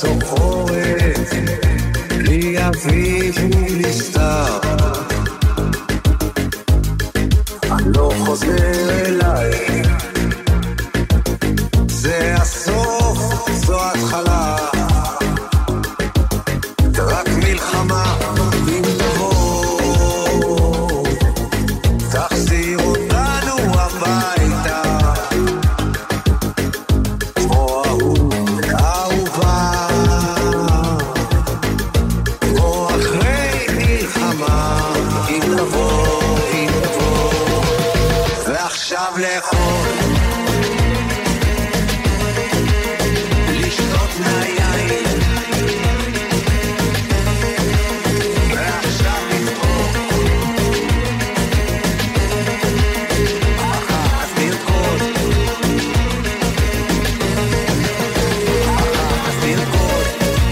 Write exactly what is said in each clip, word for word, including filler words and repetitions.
סוף חורף, בלי אביב ובלי סתיו. אני לא חוזר אליי, זה הסוף, זו התחלה, רק מלחמה אם תבוא, תחזיר אותנו הביתה, כמו אהוב אהובה, כמו אחרי מלחמה אם תבוא, אם תבוא, ועכשיו לאכול, לשתות מהיין, ועכשיו לצחוק, אז לרקוד, אז לרקוד.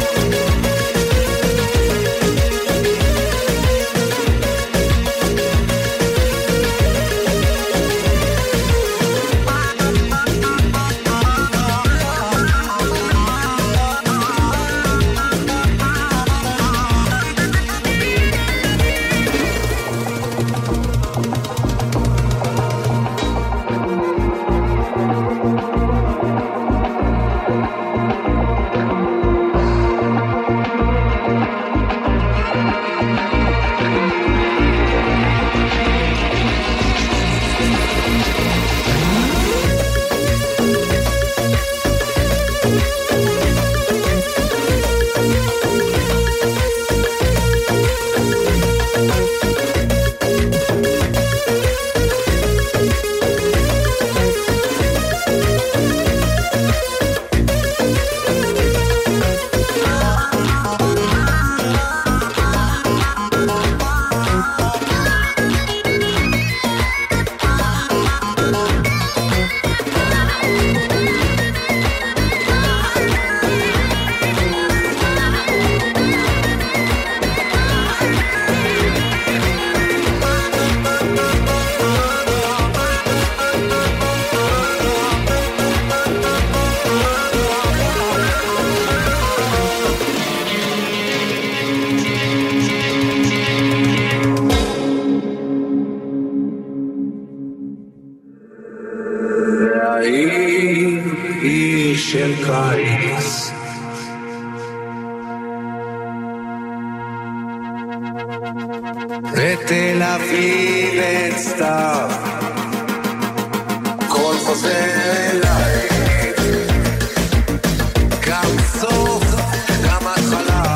והעיר היא של קיץ, ותל אביב אין סתיו, כל חוזר אליי, גם סוף, גם התחלה,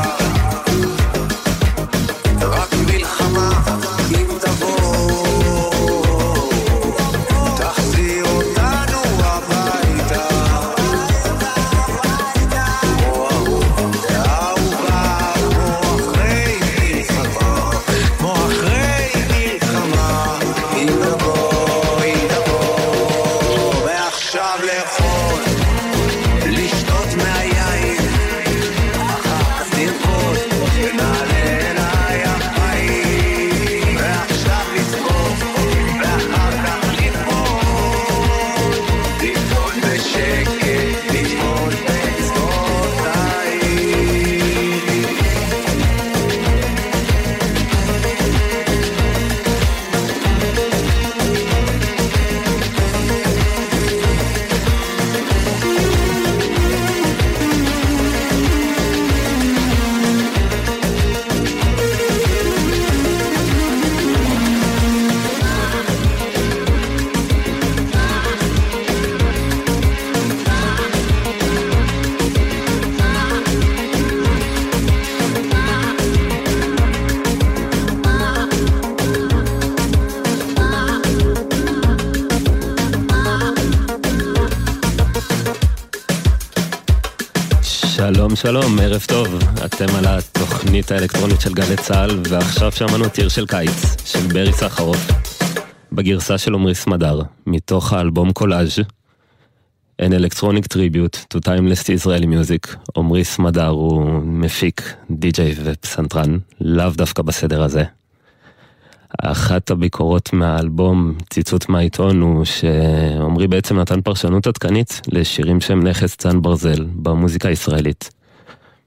רק מלחמה אם תבוא, תחזיר אותנו הביתה, כמו אהוב אהובה, כמו אחרי מלחמה, כמו אחרי מלחמה, אם תבוא, אם תבוא, ועכשיו לאכול, לשתות מהיין, אז לרקוד, ונעלה אליי החיים, ועכשיו לצחוק, ואחר כך לטבול, לטבול בשקט, לטבול בצדות העיר. שלום שלום, ערב טוב, אתם על התוכנית האלקטרונית של גלי צהל, ועכשיו שמענו טיר של קיץ, של ברי סחרוף, בגרסה של עומרי סמדר, מתוך האלבום קולאז' An Electronic Tribute to Timeless Israeli Music. עומרי סמדר הוא מפיק, די-ג'יי ופסנתרן, לאו דווקא בסדר הזה. אחת הביקורות מהאלבום, ציטוט מהעיתון, הוא שעומרי בעצם נתן פרשנות עדכנית לשירים שהם נכס צאן ברזל במוזיקה הישראלית.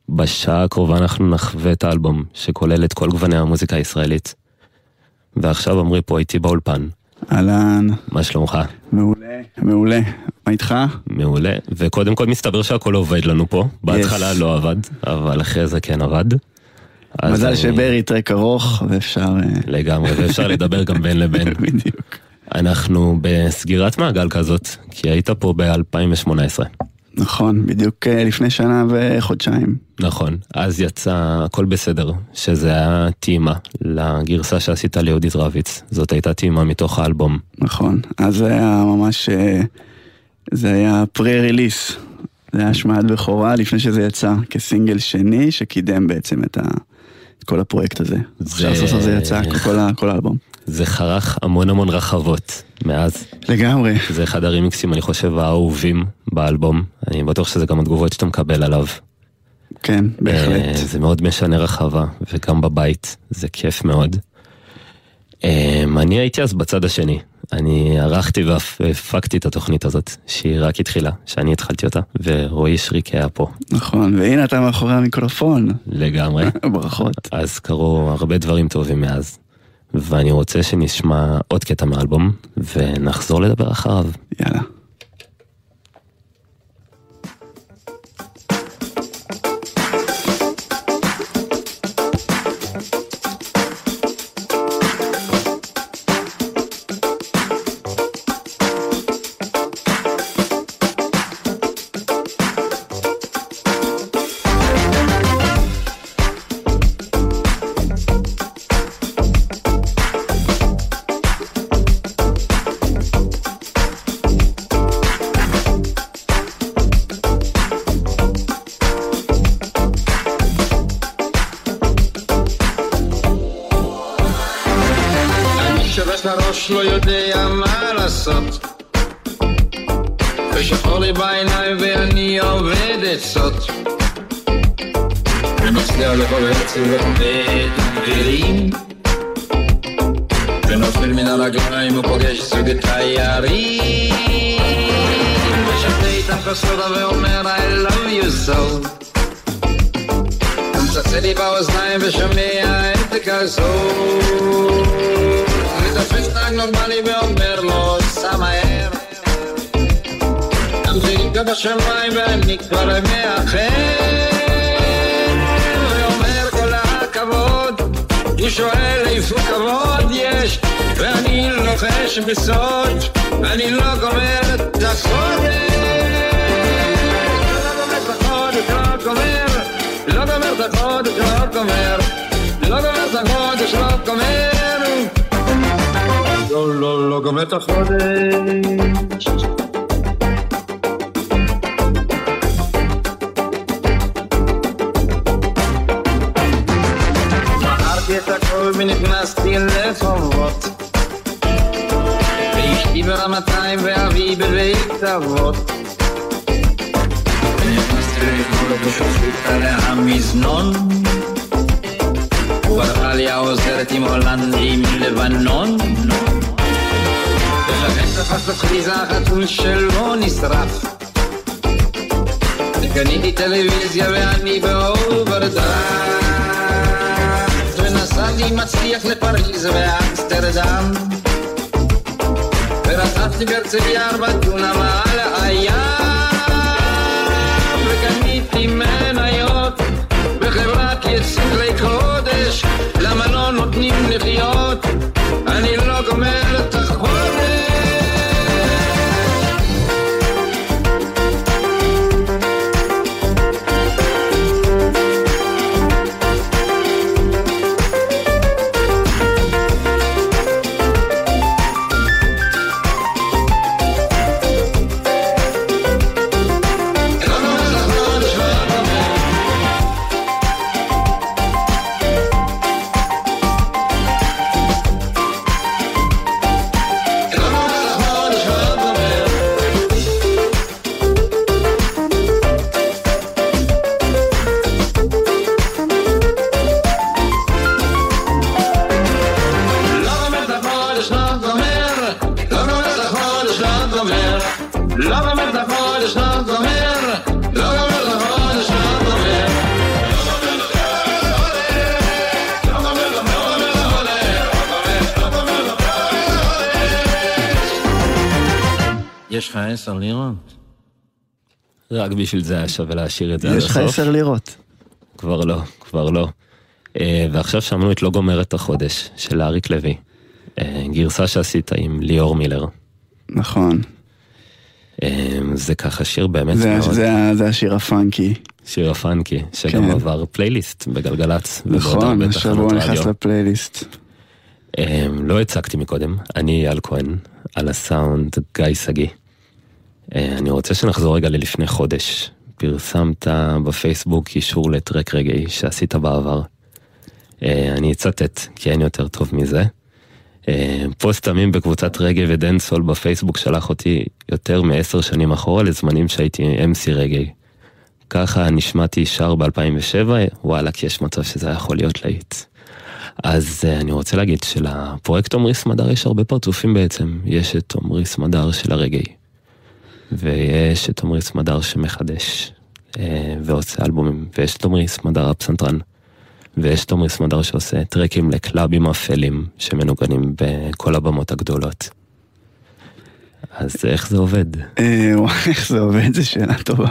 בשעה הקרובה אנחנו נחווה את האלבום, שכולל את כל גווני המוזיקה הישראלית. ועכשיו עמרי פה איתי באולפן. אהלן. מה שלומך? מעולה, מעולה. מה איתך? מעולה, וקודם כל מסתבר שהכל עובד לנו פה. בהתחלה לא עבד, אבל אחרי זה כן עבד. מזל שברי טרק ארוך, ואפשר... לגמרי, ואפשר לדבר גם בין לבין. בדיוק. אנחנו בסגירת מעגל כזאת, כי היית פה ב-אלפיים שמונה עשרה. נכון, בדיוק לפני שנה וחודשיים. נכון, אז יצא הכל בסדר, שזה היה טעימה לגרסה שעשית ליהודית רביץ. זאת הייתה טעימה מתוך האלבום. נכון, אז זה היה ממש, זה היה פרי-ריליס. זה היה השמעת בכורה לפני שזה יצא כסינגל שני, שקידם בעצם את, ה... את כל הפרויקט הזה. זה... עכשיו סוף זה יצא כל, כל האלבום. זה חרך המון המון רחבות מאז. לגמרי. זה אחד הרימיקסים, אני חושב, האהובים באלבום. אני בטוח שזה גם התגובות שאתה מקבל עליו. כן, בהחלט. זה מאוד משנה רחבה, וגם בבית. זה כיף מאוד. אני הייתי אז בצד השני. אני ערכתי והפקתי את התוכנית הזאת, שהיא רק התחילה, שאני התחלתי אותה, ורועי שריק היה פה. נכון, והנה אתה מאחורי המיקרופון. לגמרי. ברכות. אז קרו הרבה דברים טובים מאז. ואני רוצה שנשמע עוד קטע מאלבום, ונחזור לדבר אחריו. יאללה. לא יודע מה לעשות ושחור לי בעיניים ואני עובד עצות ומצליח לכל עצב ועובד ומבירים ונופל מן הרגליים ופוגש סוג תיירים ושתה איתם כסודה ואומר I love you so ומצצה לי באוזניים ושומע את הכזאת תופס נהג נורמלי ואומר לו סע מהר אמריקה בשמיים ואני כבר מאחר ואומר כל הכבוד הוא שואל איפה כבוד יש ואני לוחש בסוד אני לא גומר את החודש לא גומר לא גומר את החודש לא גומר לא גומר את החודש לא גומר לא, לא, לא גומר את החודש מכרתי את הכל ונכנסתי לחובות ואשתי ברמתיים ואבי בבית אבות ונכנסתי לחולות ושופטית עליה המזנון וברכה לי העוזרת עם הולנדים לבנון ולכן תפס לחריזה החתול שלו נשרף וקניתי טלוויזיה ואני באוברדרפט ונסעתי מצליח לפריז ואמסטרדם ורצתי בהרצליה ארבע דונם על הים וקניתי מניות בחברת יצרי קודש למה לא נותנים לחיות אני לא גומר את החודש יש לך עשר לירות? רק בשביל זה היה שווה להשאיר את זה עד יש לך הסוף. עשר לירות. כבר לא, כבר לא. אה, ועכשיו שמענו את לא גומר את החודש, של אריק לוי. אה, גרסה שעשית עם ליאור מילר. נכון. אה, זה ככה שיר באמת זה, מאוד. זה, זה השיר הפאנקי. שיר הפאנקי, שגם כן. עבר פלייליסט בגלגלצ. נכון, עכשיו הוא נכנס לפלייליסט. אה, לא הצגתי מקודם, אני אייל כהן, על הסאונד גיא סגי. אה, אני רוצה שנחזור רגע ללפני חודש. פרסמת בפייסבוק אישור לטרק רגעי שעשית בעבר. אני אצטט, כי אין יותר טוב מזה. פוסט תמים בקבוצת רגעי ודנסול בפייסבוק שלח אותי יותר מעשר שנים אחורה לזמנים שהייתי אם סי רגעי. ככה נשמעתי שר ב-אלפיים ושבע, וואלה, כי יש מצב שזה יכול להיות להיט. אז אני רוצה להגיד שלפרויקט עומרי סמדר יש הרבה פרצופים בעצם. יש את עומרי סמדר של הרגעי. ויש את עומרי סמדר שמחדש ועושה אלבומים, ויש את עומרי סמדר הפסנתרן, ויש את עומרי סמדר שעושה טרקים לקלאבים אפלים שמנוגנים בכל הבמות הגדולות. אז איך זה עובד? איך זה עובד? זו שאלה טובה.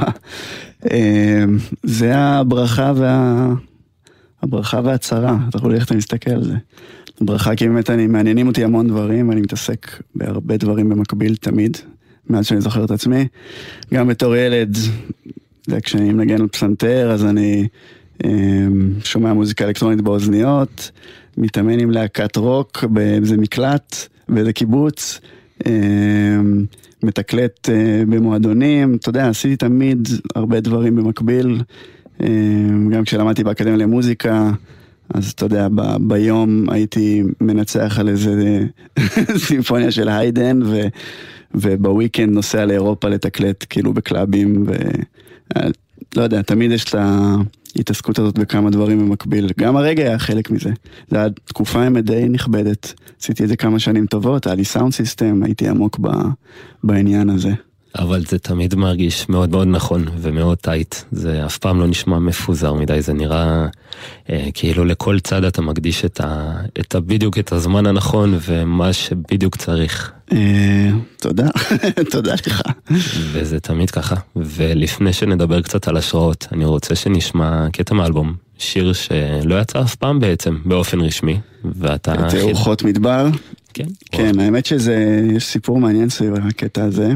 זה הברכה וה... הברכה והצרה, אתה יכול ללכת ולהסתכל על זה. הברכה כי באמת אני, מעניינים אותי המון דברים, אני מתעסק בהרבה דברים במקביל תמיד, מאז שאני זוכר את עצמי. גם בתור ילד, כשאני מנגן על פסנתר, אז אני אה, שומע מוזיקה אלקטרונית באוזניות, מתאמן עם להקת רוק באיזה מקלט, באיזה קיבוץ, אה, מתקלט אה, במועדונים, אתה יודע, עשיתי תמיד הרבה דברים במקביל, אה, גם כשלמדתי באקדמיה למוזיקה, אז אתה יודע, ב- ביום הייתי מנצח על איזה סימפוניה של היידן, ו... ובוויקנד נוסע לאירופה לתקלט כאילו בקלאבים, ולא יודע, תמיד יש את ההתעסקות הזאת בכמה דברים במקביל. גם הרגע היה חלק מזה. זו הייתה תקופה די נכבדת. עשיתי את זה כמה שנים טובות, היה לי סאונד סיסטם, הייתי עמוק ב... בעניין הזה. אבל זה תמיד מרגיש מאוד מאוד נכון ומאוד טייט. זה אף פעם לא נשמע מפוזר מדי, זה נראה אה, כאילו לכל צד אתה מקדיש את, ה, את ה, בדיוק את הזמן הנכון ומה שבדיוק צריך. אה, תודה, תודה לך. וזה תמיד ככה. ולפני שנדבר קצת על השראות, אני רוצה שנשמע קטע מאלבום, שיר שלא יצא אף פעם בעצם, באופן רשמי. ואתה... את רוחות מדבר? כן. כן, האמת שזה, יש סיפור מעניין סביב הקטע הזה.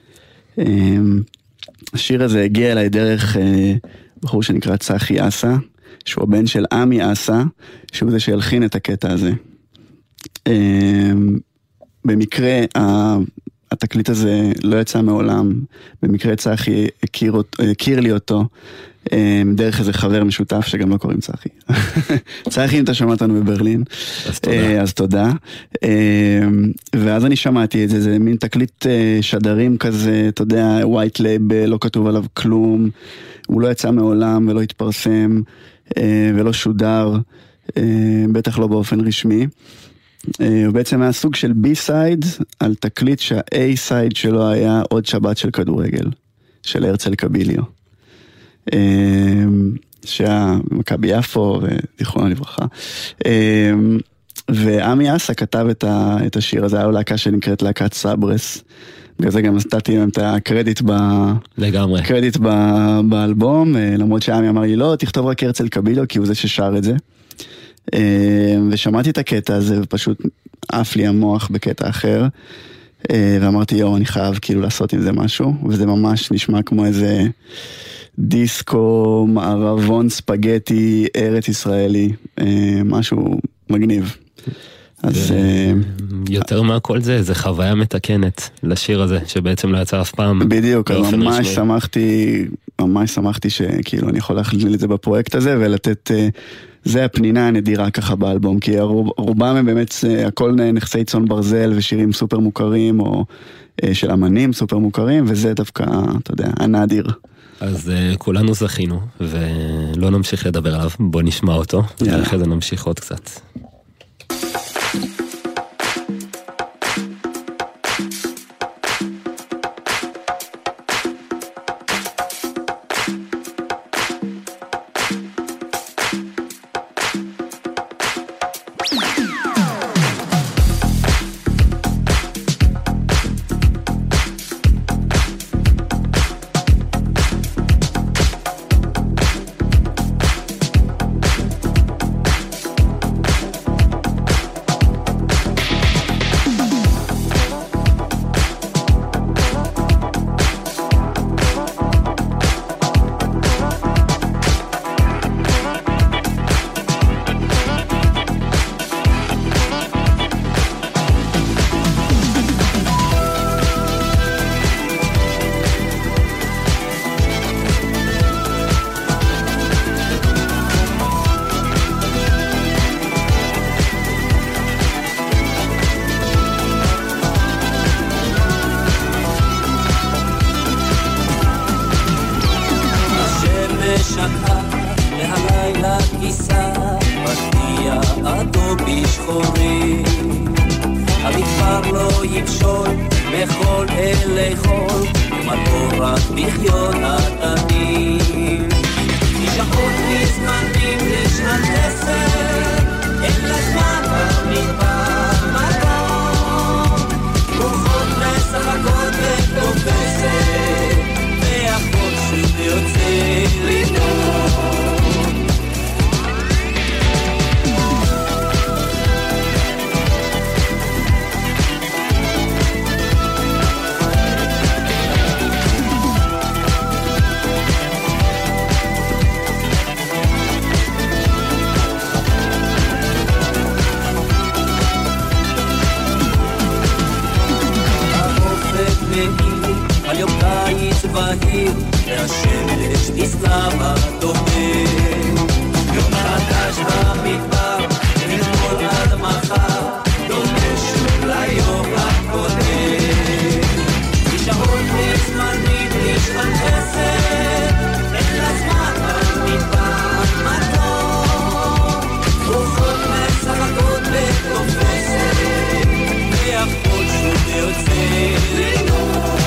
השיר הזה הגיע אליי דרך בחור שנקרא צחי אסה, שהוא הבן של עמי אסה, שהוא זה שהלחין את הקטע הזה. במקרה התקליט הזה לא יצא מעולם, במקרה צחי הכיר, הכיר לי אותו דרך איזה חבר משותף שגם לא קוראים צחי. צחי, אם אתה שמעת אותנו בברלין, אז תודה. אז תודה. ואז אני שמעתי את זה, זה מין תקליט שדרים כזה, אתה יודע, ווייט לייבל, לא כתוב עליו כלום, הוא לא יצא מעולם ולא התפרסם ולא שודר, בטח לא באופן רשמי. ובעצם היה סוג של בי-סייד על תקליט שה-A-סייד שלו היה עוד שבת של כדורגל, של הרצל קביליו. שהיה מכבי יפו וזיכרונה לברכה. ועמי אסה כתב את השיר הזה, היה לו להקה שנקראת להקת סברס, בגלל זה גם נתתי להם את הקרדיט לגמרי. קרדיט באלבום, למרות שעמי אמר לי לא, תכתוב רק הרצל קביליו, כי הוא זה ששר את זה. ושמעתי את הקטע הזה ופשוט עף לי המוח בקטע אחר, ואמרתי יו, אני חייב כאילו לעשות עם זה משהו, וזה ממש נשמע כמו איזה דיסקו, מערבון ספגטי, ארץ ישראלי, משהו מגניב. אז יותר מהכל זה, זה חוויה מתקנת לשיר הזה, שבעצם לא יצא אף פעם. בדיוק, ממש שמחתי, ממש שמחתי שכאילו אני יכול להכליל את זה בפרויקט הזה, ולתת, זה הפנינה הנדירה ככה באלבום, כי רובם הם באמת, הכל נכסי צאן ברזל ושירים סופר מוכרים, או של אמנים סופר מוכרים, וזה דווקא, אתה יודע, הנדיר. אז uh, כולנו זכינו, ולא נמשיך לדבר עליו, בוא נשמע אותו, ואחרי זה נמשיך עוד קצת. אחורי המדבר לא יפשול בכל אלי חול ומלאו רק בחיון עתנים נשארות מזמנים לשעת עשר אין לזמן במדבר מקום כוחות משחקות ותופסת והכל שוב יוצא לנור על יום קיץ בהיר והשמש תסלם הדומם יום חדש במדבר נגמול עד מחר דומה שוב ליום הקודם נשארות מזמנים נשכן חסד אין לזמן במדבר מתון רוחות משחקות ותופסת והכל שוב יוצא לנור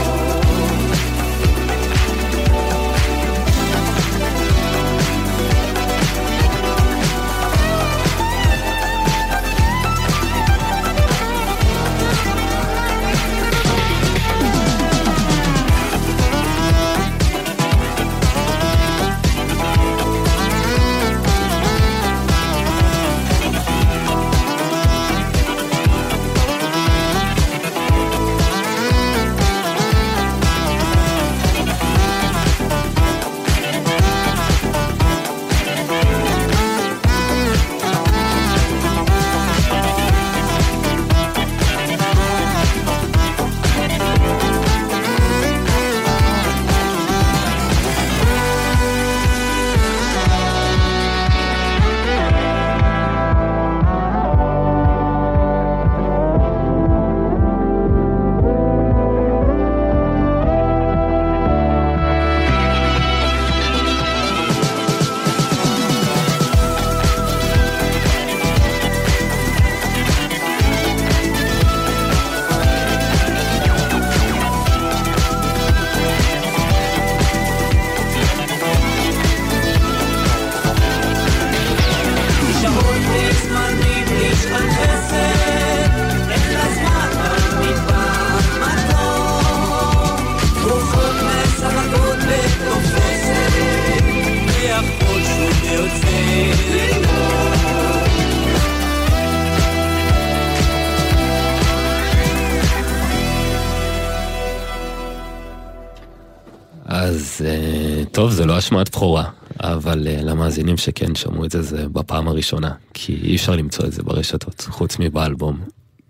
אז טוב, זה לא השמעת בכורה, אבל למאזינים שכן שמעו את זה, זה בפעם הראשונה, כי אי אפשר למצוא את זה ברשתות, חוץ מבאלבום.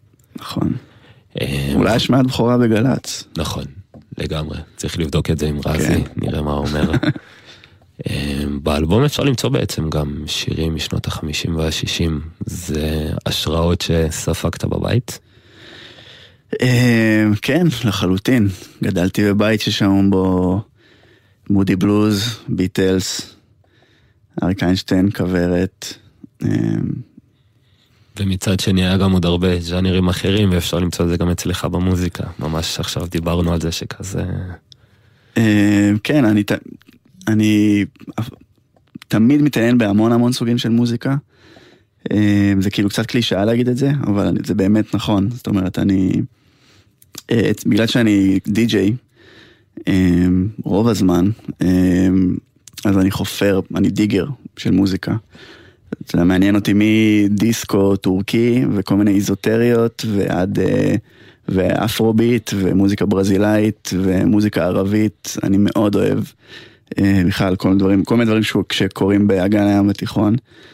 נכון. אולי השמעת בכורה בגלץ. נכון, לגמרי. צריך לבדוק את זה עם רזי, נראה מה הוא אומר. באלבום אפשר למצוא בעצם גם שירים משנות החמישים והשישים. זה השראות שספקת בבית? כן, לחלוטין. גדלתי בבית ששמעו בו מודי בלוז, ביטלס, אריק איינשטיין, כוורת. ומצד שני היה גם עוד הרבה ז'אנרים אחרים, ואפשר למצוא את זה גם אצלך במוזיקה. ממש עכשיו דיברנו על זה שכזה... כן, אני, אני תמיד מתעניין בהמון המון סוגים של מוזיקה. זה כאילו קצת קלישאה להגיד את זה, אבל זה באמת נכון. זאת אומרת, אני... בגלל שאני די-ג'יי, רוב הזמן, אז אני חופר, אני דיגר של מוזיקה. זה מעניין אותי מדיסקו טורקי וכל מיני איזוטריות ועד ואפרוביט ומוזיקה ברזילאית ומוזיקה ערבית. אני מאוד אוהב בכלל כל דברים, כל מיני דברים שקורים באגן הים התיכון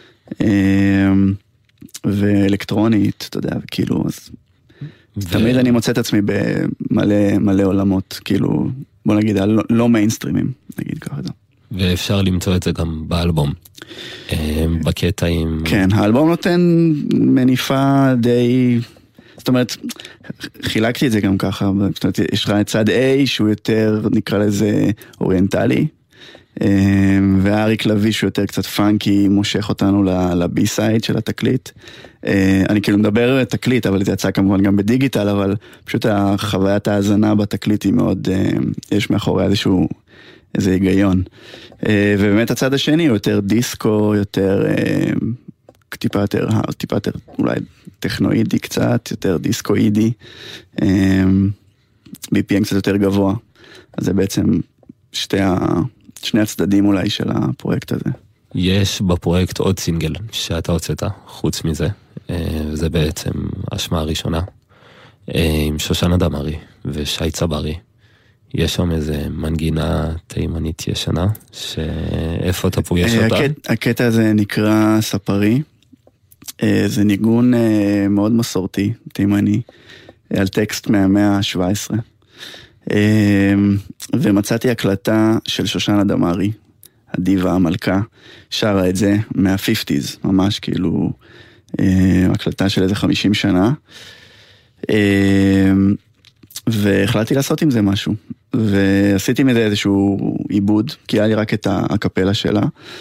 ואלקטרונית, אתה יודע, כאילו אז ו... תמיד אני מוצא את עצמי במלא מלא עולמות, כאילו בוא נגיד לא מיינסטרימים, נגיד ככה. ואפשר למצוא את זה גם באלבום, בקטע עם... כן, האלבום נותן מניפה די... זאת אומרת, חילקתי את זה גם ככה, זאת אומרת, יש לך צד A שהוא יותר, נקרא לזה, אוריינטלי, ואריק לביש הוא יותר קצת פאנקי, מושך אותנו לבי סייד של התקליט. אני כאילו מדבר תקליט, אבל זה יצא כמובן גם בדיגיטל, אבל פשוט החוויית ההאזנה בתקליט היא מאוד, יש מאחורי איזשהו, איזה היגיון. ובאמת הצד השני הוא יותר דיסקו, יותר, טיפה יותר, טיפה יותר אולי טכנואידי קצת, יותר דיסקואידי, בי פי אם קצת יותר גבוה. אז זה בעצם שתי ה... שני הצדדים אולי של הפרויקט הזה. יש בפרויקט עוד סינגל שאתה הוצאת, חוץ מזה, וזה בעצם השמעה הראשונה, עם שושנה דמארי ושי צברי. יש שם איזה מנגינה תימנית ישנה, שאיפה אתה פוגש אותה? הקטע הזה נקרא ספרי, זה ניגון מאוד מסורתי, תימני, על טקסט מהמאה ה-שבע עשרה. ומצאתי הקלטה של שושנה דמארי, הדיבה המלכה, שרה את זה מה-חמישים, ממש כאילו הקלטה של איזה חמישים שנה, והחלטתי לעשות עם זה משהו, ועשיתי מזה איזשהו עיבוד, כי היה לי רק את הקפלה שלה,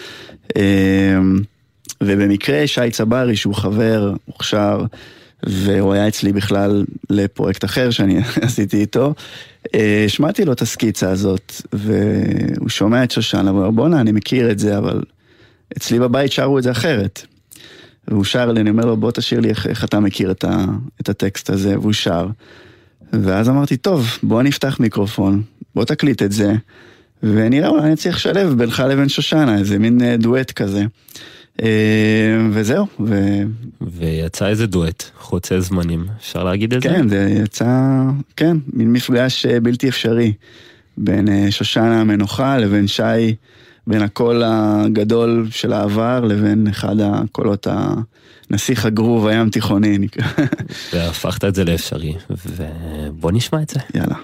ובמקרה שי צברי שהוא חבר מוכשר, והוא היה אצלי בכלל לפרויקט אחר שאני עשיתי איתו, שמעתי לו את הסקיצה הזאת, והוא שומע את שושנה, ואומר, בונה, אני מכיר את זה, אבל אצלי בבית שרו את זה אחרת. והוא שר לי, אני אומר לו, בוא תשאיר לי איך, איך אתה מכיר את, ה, את הטקסט הזה, והוא שר. ואז אמרתי, טוב, בוא נפתח מיקרופון, בוא תקליט את זה, ונראה, אולי אני צריך לשלב בינך לבין שושנה, איזה מין דואט כזה. וזהו. ו... ויצא איזה דואט, חוצה זמנים, אפשר להגיד את זה? כן, זה יצא, כן, מין מפגש בלתי אפשרי, בין שושנה המנוחה לבין שי, בין הקול הגדול של העבר, לבין אחד הקולות הנסיך הגרוב הים תיכוני. והפכת את זה לאפשרי, ובוא נשמע את זה. יאללה.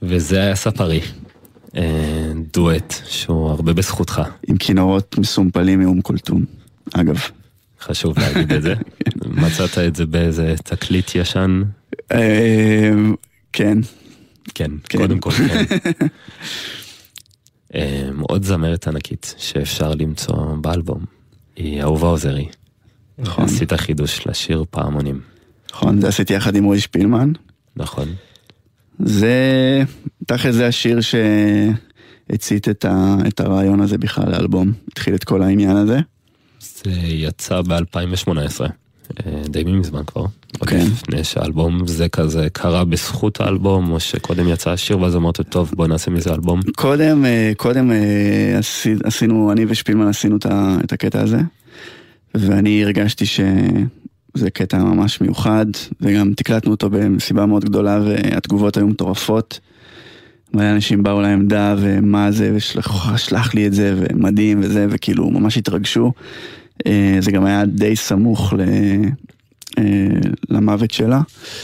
וזה היה ספרי, דואט, שהוא הרבה בזכותך. עם כינורות מסומפלים מאום כולתום, אגב. חשוב להגיד את זה. מצאת את זה באיזה תקליט ישן? כן. כן, קודם כל כן. עוד זמרת ענקית שאפשר למצוא באלבום, היא אהובה עוזרי. נכון. עשית חידוש לשיר פעמונים. נכון, זה עשיתי יחד עם רועי שפילמן. נכון. זה, תכף זה השיר שהצית את, ה, את הרעיון הזה בכלל לאלבום, התחיל את כל העניין הזה. זה יצא ב-אלפיים שמונה עשרה, די מזמן כבר. כן. לפני שהאלבום זה כזה קרה בזכות האלבום, או שקודם יצא השיר ואז אמרת, טוב, בוא נעשה מזה אלבום. קודם, קודם עשינו, אני ושפילמן עשינו את הקטע הזה, ואני הרגשתי שזה קטע ממש מיוחד, וגם תקלטנו אותו במסיבה מאוד גדולה, והתגובות היו מטורפות. מלא אנשים באו לעמדה, ומה זה, ושלח לי את זה, ומדהים וזה, וכאילו ממש התרגשו. זה גם היה די סמוך למוות שלה.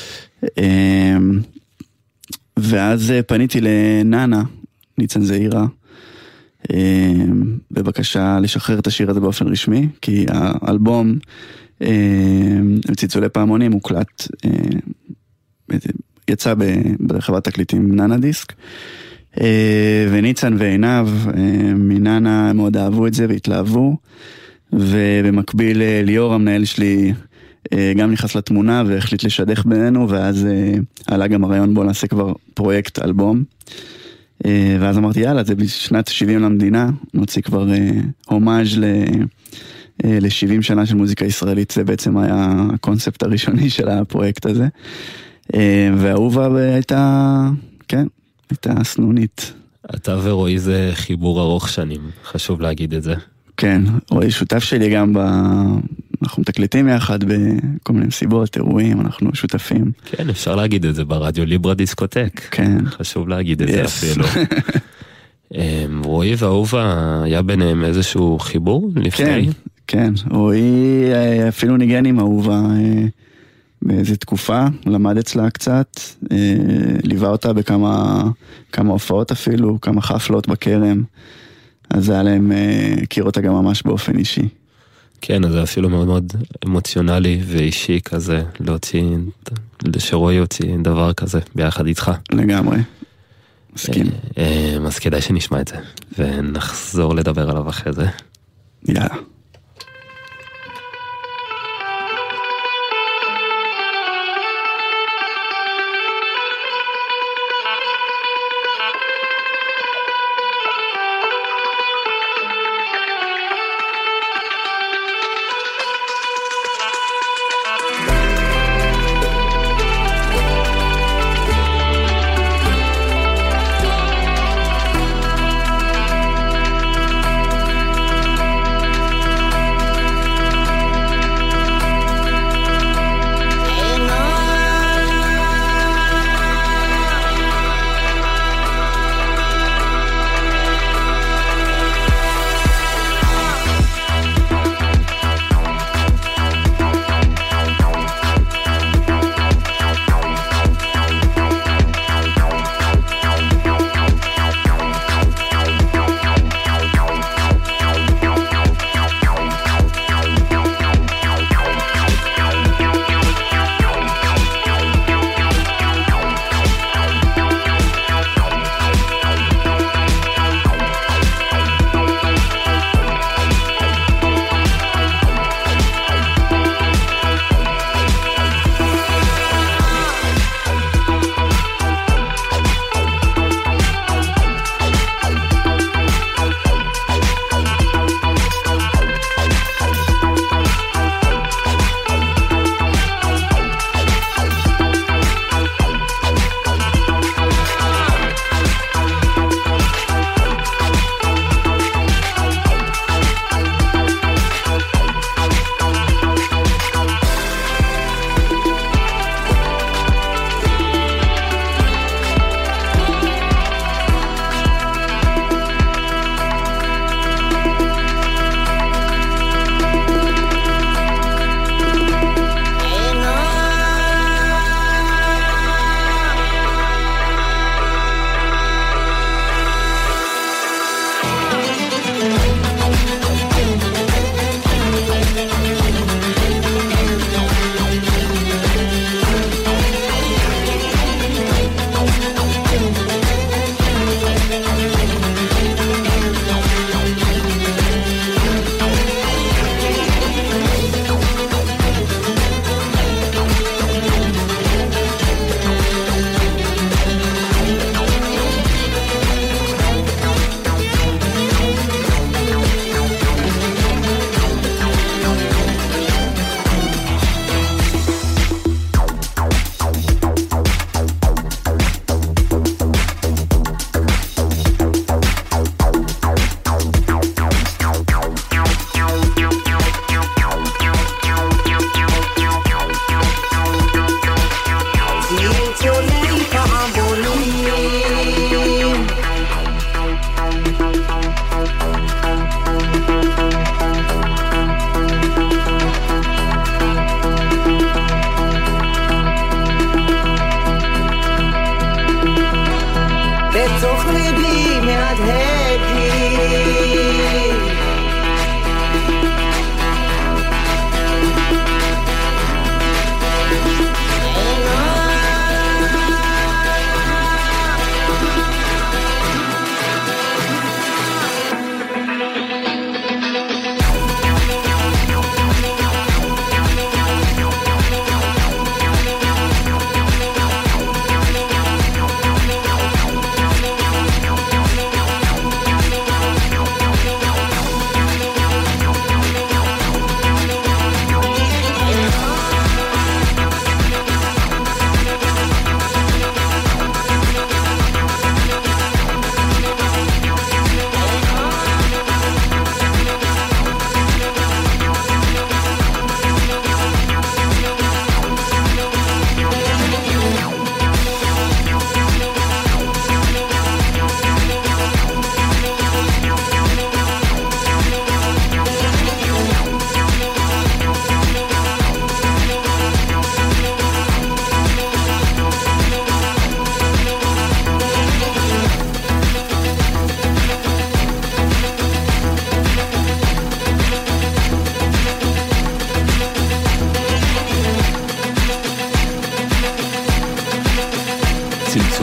ואז פניתי לננה, ניצן זעירה, בבקשה לשחרר את השיר הזה באופן רשמי, כי האלבום, צלצולי פעמונים, הוקלט, יצא בחברת תקליטים ננה דיסק, וניצן ועיניו מננה מאוד אהבו את זה והתלהבו, ובמקביל ליאור המנהל שלי גם נכנס לתמונה והחליט לשדך בינינו, ואז עלה גם הרעיון בוא נעשה כבר פרויקט אלבום, ואז אמרתי יאללה זה בשנת שבעים למדינה, נוציא כבר הומאז' ל-שבעים שנה של מוזיקה ישראלית, זה בעצם היה הקונספט הראשוני של הפרויקט הזה, והאהובה הייתה, כן, הייתה סנונית. אתה ורועי זה חיבור ארוך שנים, חשוב להגיד את זה. כן, רועי שותף שלי גם ב... אנחנו מתקליטים יחד בכל מיני מסיבות, אירועים, אנחנו שותפים. כן, אפשר להגיד את זה ברדיו ליברה דיסקוטק. כן. חשוב להגיד את זה אפילו. רועי ואהובה, היה ביניהם איזשהו חיבור לפני? כן, כן. רועי אפילו ניגן עם אהובה באיזו תקופה, למד אצלה קצת, ליווה אותה בכמה כמה הופעות אפילו, כמה חפלות בכרם. אז היה להם, הכיר אותה גם ממש באופן אישי. כן, אז זה אפילו מאוד מאוד אמוציונלי ואישי כזה, להוציא, שרועי יוציא דבר כזה ביחד איתך. לגמרי, מסכים. אז כדאי שנשמע את זה, ונחזור לדבר עליו אחרי זה. יאללה.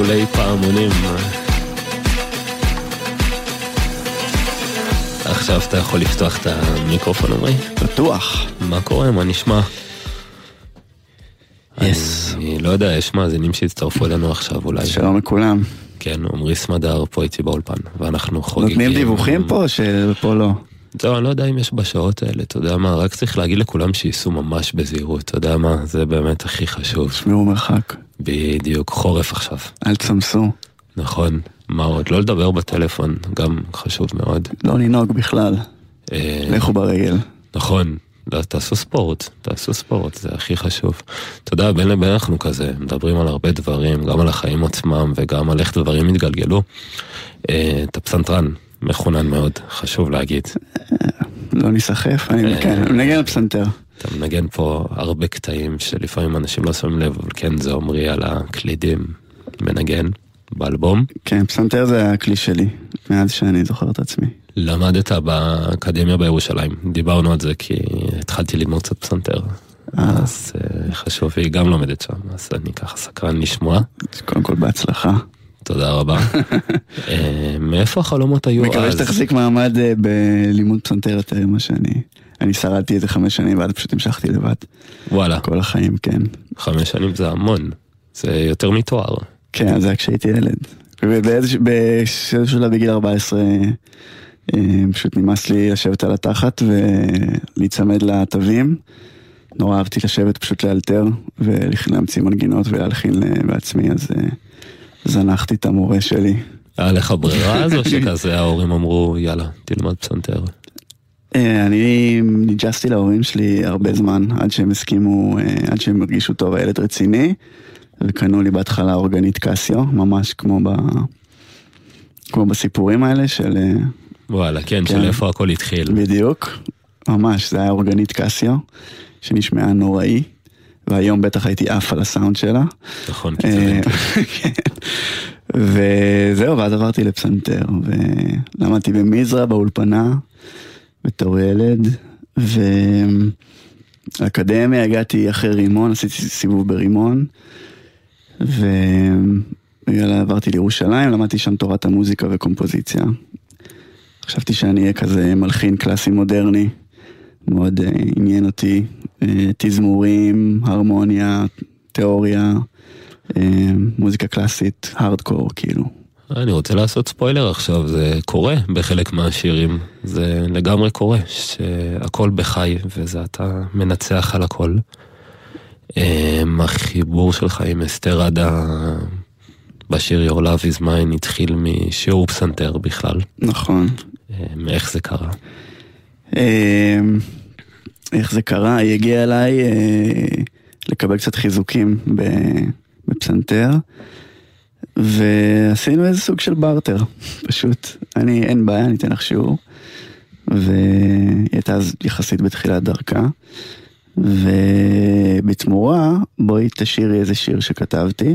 קלקולי פעמונים. עכשיו אתה יכול לפתוח את המיקרופון, עמרי? בטוח. מה קורה? מה נשמע? יס. אני לא יודע, יש מאזינים שהצטרפו אלינו עכשיו אולי. שלום לכולם. כן, עמרי סמדר פה איתי באולפן, ואנחנו חוגגים. נותנים דיווחים פה שפה לא? זהו, אני לא יודע אם יש בשעות האלה, אתה יודע מה, רק צריך להגיד לכולם שייסעו ממש בזהירות, אתה יודע מה, זה באמת הכי חשוב. שמרו מרחק. בדיוק, חורף עכשיו. אל תסמסו. נכון, מה עוד? לא לדבר בטלפון, גם חשוב מאוד. לא לנהוג בכלל. לכו ברגל. נכון, תעשו ספורט, תעשו ספורט, זה הכי חשוב. אתה יודע, בין לבין אנחנו כזה, מדברים על הרבה דברים, גם על החיים עצמם וגם על איך דברים התגלגלו. אתה פסנתרן, מחונן מאוד, חשוב להגיד. לא נסחף, אני מנגן על פסנתר. אתה מנגן פה הרבה קטעים שלפעמים אנשים לא שמים לב, אבל כן, זה אומרי על הקלידים, מנגן באלבום. כן, פסנתר זה הכלי שלי, מאז שאני זוכר את עצמי. למדת באקדמיה בירושלים, דיברנו על זה כי התחלתי ללמוד קצת פסנתר, אז חשוב, היא גם לומדת שם, אז אני ככה סקרן לשמוע. קודם כל בהצלחה. תודה רבה. מאיפה החלומות היו אז? מקווה שתחזיק מעמד בלימוד פסנתר יותר מה שאני... אני שרדתי איזה חמש שנים ואז פשוט המשכתי לבד. וואלה. כל החיים, כן. חמש שנים זה המון. זה יותר מתואר. כן, זה היה כשהייתי ילד. ובאיזשהו שלב בגיל ארבע עשרה פשוט נמאס לי לשבת על התחת ולהצמד לתווים. נורא אהבתי לשבת פשוט לאלתר ולהמציא מנגינות ולהלחין בעצמי, אז זנחתי את המורה שלי. היה לך ברירה הזו שכזה ההורים אמרו יאללה תלמד פסנתר? אני ניג'סתי להורים שלי הרבה זמן עד שהם הסכימו, עד שהם הרגישו טוב, הילד רציני, וקנו לי בהתחלה אורגנית קסיו, ממש כמו ב... כמו בסיפורים האלה של... וואלה, כן, של איפה הכל התחיל. בדיוק, ממש, זה היה אורגנית קסיו, שנשמעה נוראי, והיום בטח הייתי אף על הסאונד שלה. נכון, כי זה בנטי. וזהו, ואז עברתי לפסנתר, ולמדתי במזרע, באולפנה, בתור ילד, ואקדמיה הגעתי אחרי רימון, עשיתי סיבוב ברימון, ועברתי לירושלים, למדתי שם תורת המוזיקה וקומפוזיציה. חשבתי שאני אהיה כזה מלחין קלאסי מודרני, מאוד עניין אותי, תזמורים, הרמוניה, תיאוריה, מוזיקה קלאסית, הארדקור, כאילו. אני רוצה לעשות ספוילר עכשיו, זה קורה בחלק מהשירים, זה לגמרי קורה, שהכל בחי, וזה אתה מנצח על הכל. החיבור שלך עם אסתר עדה בשיר Your Love is Mine התחיל משיעור פסנתר בכלל. נכון. איך זה קרה? איך זה קרה? היא הגיעה אליי לקבל קצת חיזוקים בפסנתר, ועשינו איזה סוג של בארטר, פשוט. אני, אין בעיה, אני אתן לך שיעור. והיא הייתה אז יחסית בתחילת דרכה. ובתמורה, בואי תשירי איזה שיר שכתבתי.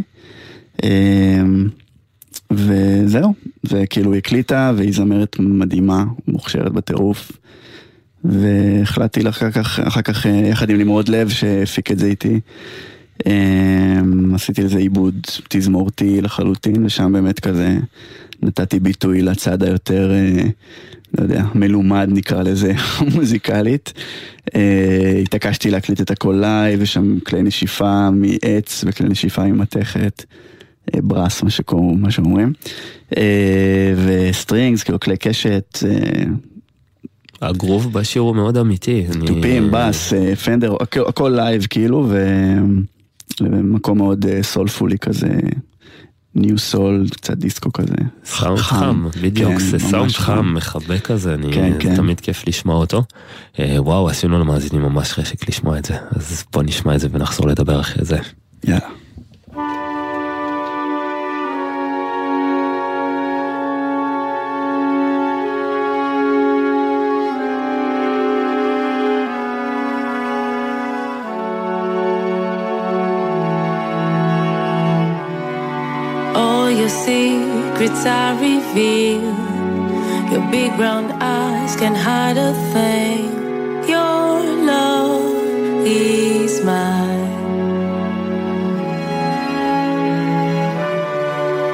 וזהו. וכאילו היא הקליטה, והיא זמרת מדהימה, מוכשרת בטירוף. והחלטתי אחר כך, אחר כך יחד עם נמרוד לב שהפיק את זה איתי. עשיתי לזה עיבוד תזמורתי לחלוטין, ושם באמת כזה נתתי ביטוי לצד היותר, לא יודע, מלומד נקרא לזה, מוזיקלית. התעקשתי להקליט את הכל לייב, ושם כלי נשיפה מעץ וכלי נשיפה ממתכת, ברס, מה שקוראים, מה שאומרים, וסטרינגס, כאילו כלי קשת. הגרוב בשיר הוא מאוד אמיתי. טופים, בס, פנדר, הכל לייב כאילו, ומקום מאוד סולפולי כזה, ניו סול, קצת דיסקו כזה. סאונד חם, בדיוק, זה סאונד חם, מחבק כזה, זה תמיד כיף לשמוע אותו. וואו, עשינו למאזינים ממש חשק לשמוע את זה, אז בוא נשמע את זה ונחזור לדבר אחרי זה. יאללה. Secrets I reveal. Your big brown eyes can hide a thing. Your love is mine.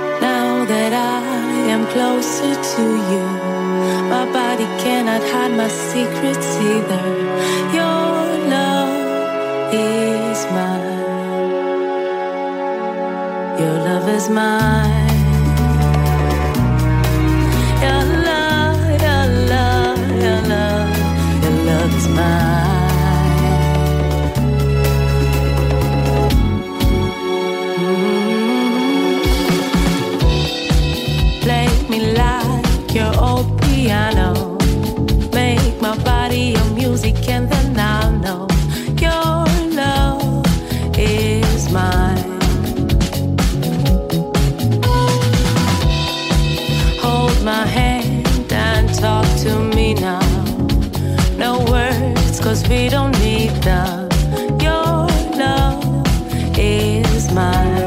closer to you. My body cannot hide my secrets either. Your love is mine. Your love is mine. Your love, your love, your love, your love is mine. Your old piano, make my body your music, and then I'll know your love is mine. Hold my hand and talk to me now. No words, 'cause we don't need them. Your love is mine.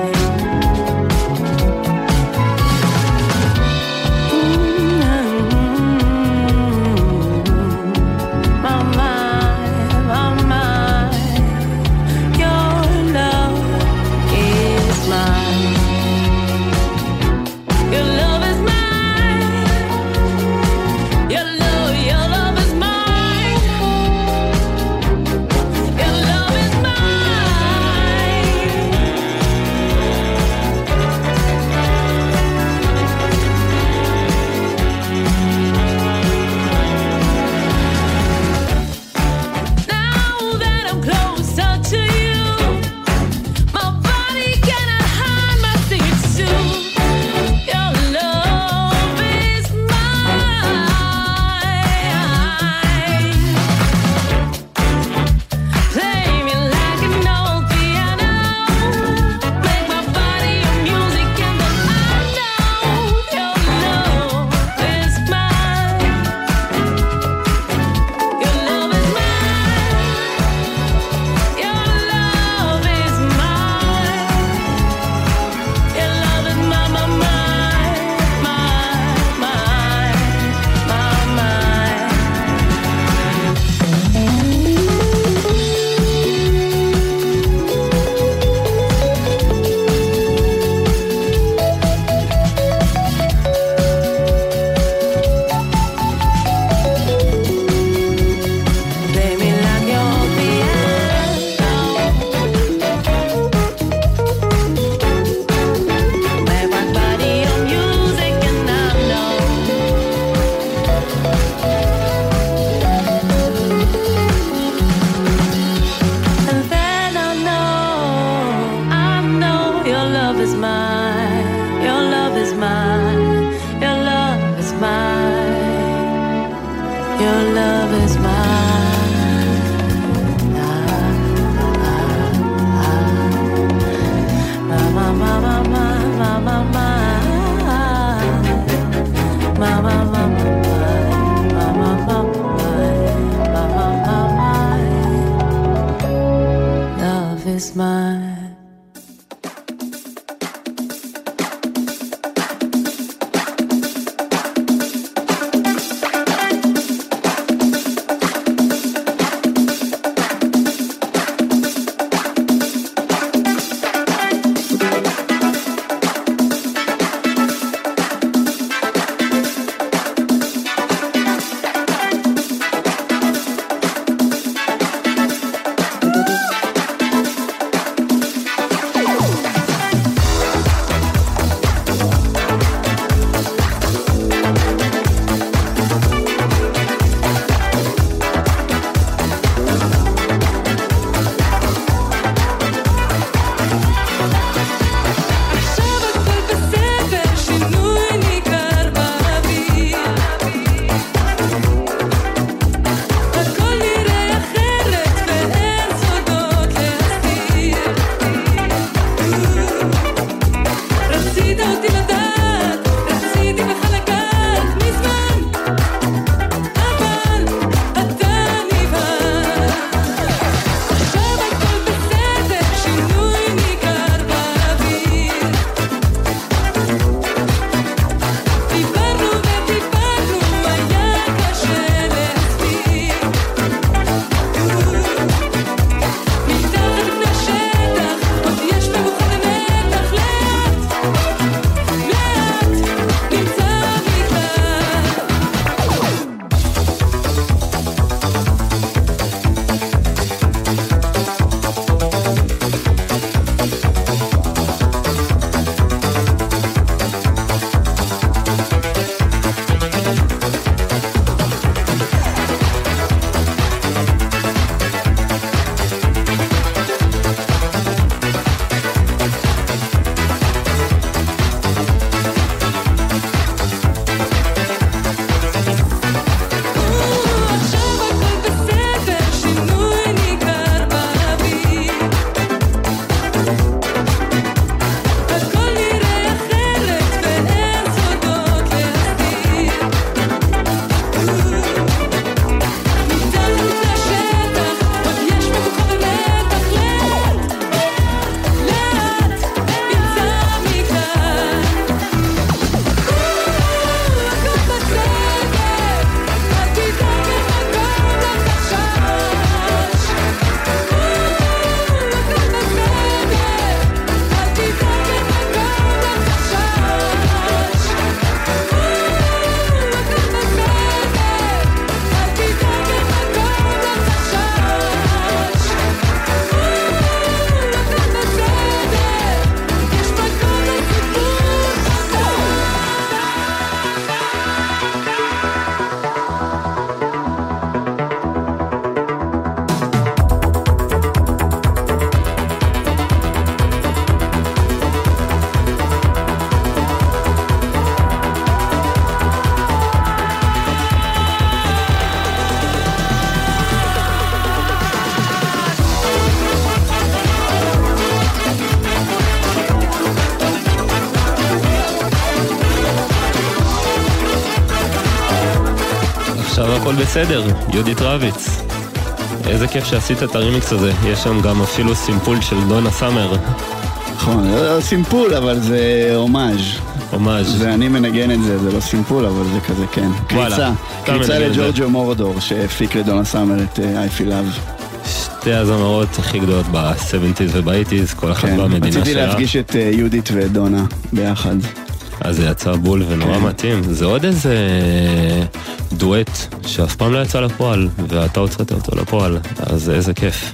הכל בסדר, יהודית רביץ. איזה כיף שעשית את הרימיקס הזה, יש שם גם אפילו סימפול של דונה סאמר. נכון, זה סימפול, אבל זה הומאז'. הומאז'. ואני מנגן את זה, זה לא סימפול, אבל זה כזה כן. קריצה, קריצה לג'ורג'ו מורדור, שהפיק לדונה סאמר את I Feel Love. שתי הזמרות הכי גדולות ב-שבעים וב-שמונים, כל אחת כן, במדינה שלה. רציתי להפגיש את יהודית ודונה ביחד. אז זה יצא בול ונורא כן. מתאים. זה עוד איזה דואט שאף פעם לא יצא לפועל, ואתה הוצאת אותו לפועל, אז איזה כיף.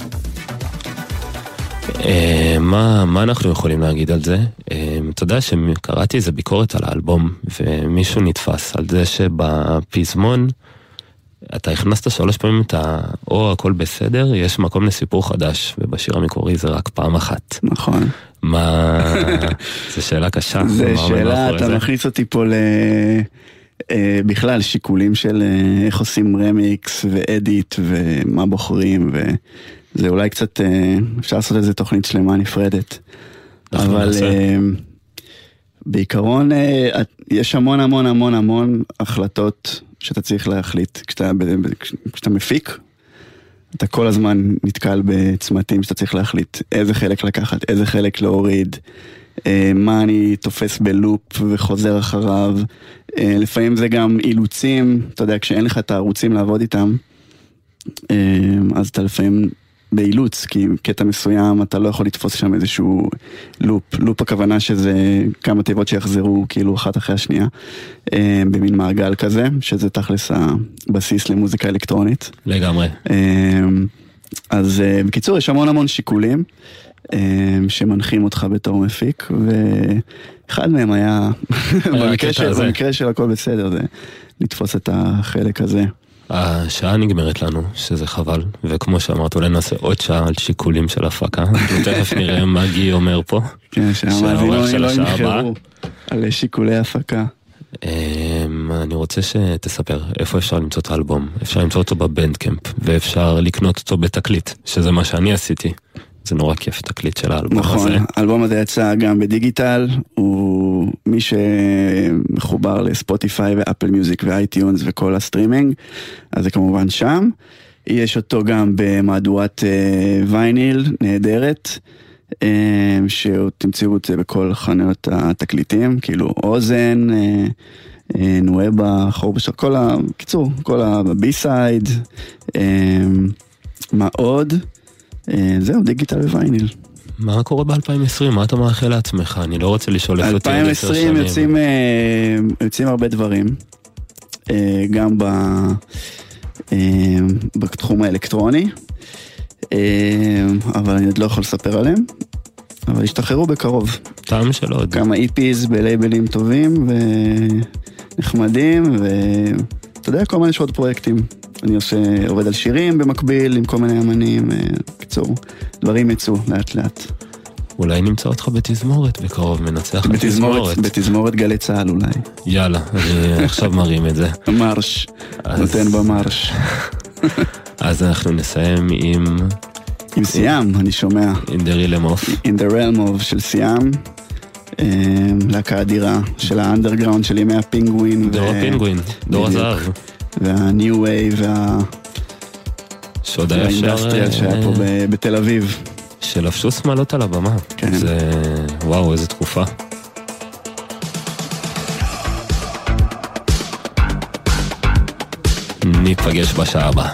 אה, מה, מה אנחנו יכולים להגיד על זה? אה, אתה יודע שקראתי איזה ביקורת על האלבום, ומישהו נתפס על זה שבפזמון, אתה הכנסת שלוש פעמים את ה... או הכל בסדר, יש מקום לסיפור חדש, ובשיר המקורי זה רק פעם אחת. נכון. מה... זו שאלה קשה. זה שאלה, אתה מכניס אותי פה ל... בכלל, שיקולים של איך עושים רמיקס ואדיט ומה בוחרים, וזה אולי קצת, אפשר לעשות איזה תוכנית שלמה נפרדת. אבל בעיקרון, יש המון המון המון המון החלטות שאתה צריך להחליט. כשאתה, כשאתה מפיק, אתה כל הזמן נתקל בצמתים שאתה צריך להחליט איזה חלק לקחת, איזה חלק להוריד, מה אני תופס בלופ וחוזר אחריו. לפעמים זה גם אילוצים, אתה יודע, כשאין לך את הערוצים לעבוד איתם, אז אתה לפעמים באילוץ, כי קטע מסוים אתה לא יכול לתפוס שם איזשהו לופ. לופ הכוונה שזה כמה תיבות שיחזרו כאילו אחת אחרי השנייה, במין מעגל כזה, שזה תכלס הבסיס למוזיקה אלקטרונית. לגמרי. אז בקיצור, יש המון המון שיקולים שמנחים אותך בתור מפיק, ואחד מהם היה, במקרה של, במקרה של הכל בסדר, זה לתפוס את החלק הזה. השעה נגמרת לנו, שזה חבל, וכמו שאמרת, אולי נעשה עוד שעה על שיקולים של הפקה, ותכף נראה מה גי אומר פה. כן, שהמאזינים לא ימחרו על שיקולי הפקה. אני רוצה שתספר איפה אפשר למצוא את האלבום. אפשר למצוא אותו בבנדקמפ, ואפשר לקנות אותו בתקליט, שזה מה שאני עשיתי. זה נורא כיף, תקליט של האלבום הזה. נכון, האלבום הזה יצא גם בדיגיטל, הוא מי שמחובר לספוטיפיי ואפל מיוזיק ואייטיונס וכל הסטרימינג, אז זה כמובן שם. יש אותו גם במהדורת וייניל נהדרת, שתמצאו את זה בכל חנויות התקליטים, כאילו אוזן, נואבה, חור בשוק, כל הקיצור, כל הבי-סייד, מה עוד? זהו, דיגיטל ווייניל. מה קורה ב-אלפיים עשרים? מה אתה מאחל לעצמך? אני לא רוצה לשאול את אותי. אלפיים עשרים יוצאים, יוצאים הרבה דברים, גם בתחום האלקטרוני, אבל אני עוד לא יכול לספר עליהם, אבל ישתחררו בקרוב. טעם של עוד. כמה אי פיז בלייבלים טובים ונחמדים, ואתה יודע, כל מיני יש עוד פרויקטים. אני עושה, עובד על שירים במקביל עם כל מיני אמנים, קיצור, דברים יצאו לאט לאט. אולי נמצא אותך בתזמורת בקרוב, מנצח בתזמורת. בתזמורת גלי צהל אולי. יאללה, אני עכשיו מרים את זה. מרש, נותן במרש. אז אנחנו נסיים עם... עם סיאם, אני שומע. In the realm of. In the realm of של סיאם. להקה אדירה של האנדרגראונד של ימי הפינגווין. דור הפינגווין, דור הזהב. והניו וייב וה... שעוד היה אפשר... שהיה פה בתל אביב. שלבשו שמאלות על הבמה. כן. זה... וואו, איזה תקופה. ניפגש בשעה הבאה.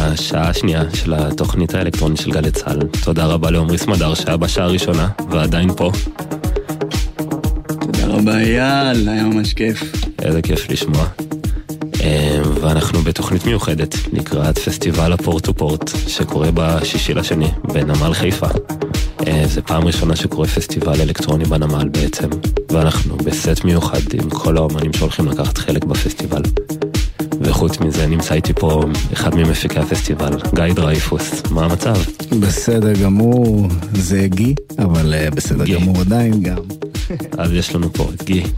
השעה השנייה של התוכנית האלקטרונית של גלי צהל. תודה רבה לעומרי סמדר שהיה בשעה הראשונה ועדיין פה. תודה רבה אייל, היה ממש כיף. איזה כיף לשמוע. ואנחנו בתוכנית מיוחדת לקראת פסטיבל הפורט טו פורט שקורה בשישי לשני בנמל חיפה. זה פעם ראשונה שקורה פסטיבל אלקטרוני בנמל בעצם, ואנחנו בסט מיוחד עם כל האומנים שהולכים לקחת חלק בפסטיבל. וחוץ מזה נמצא איתי פה אחד ממפיקי הפסטיבל, גיא דרייפוס. מה המצב? בסדר גמור, זה גי, אבל בסדר גי. גמור עדיין גם. אז יש לנו פה את גי.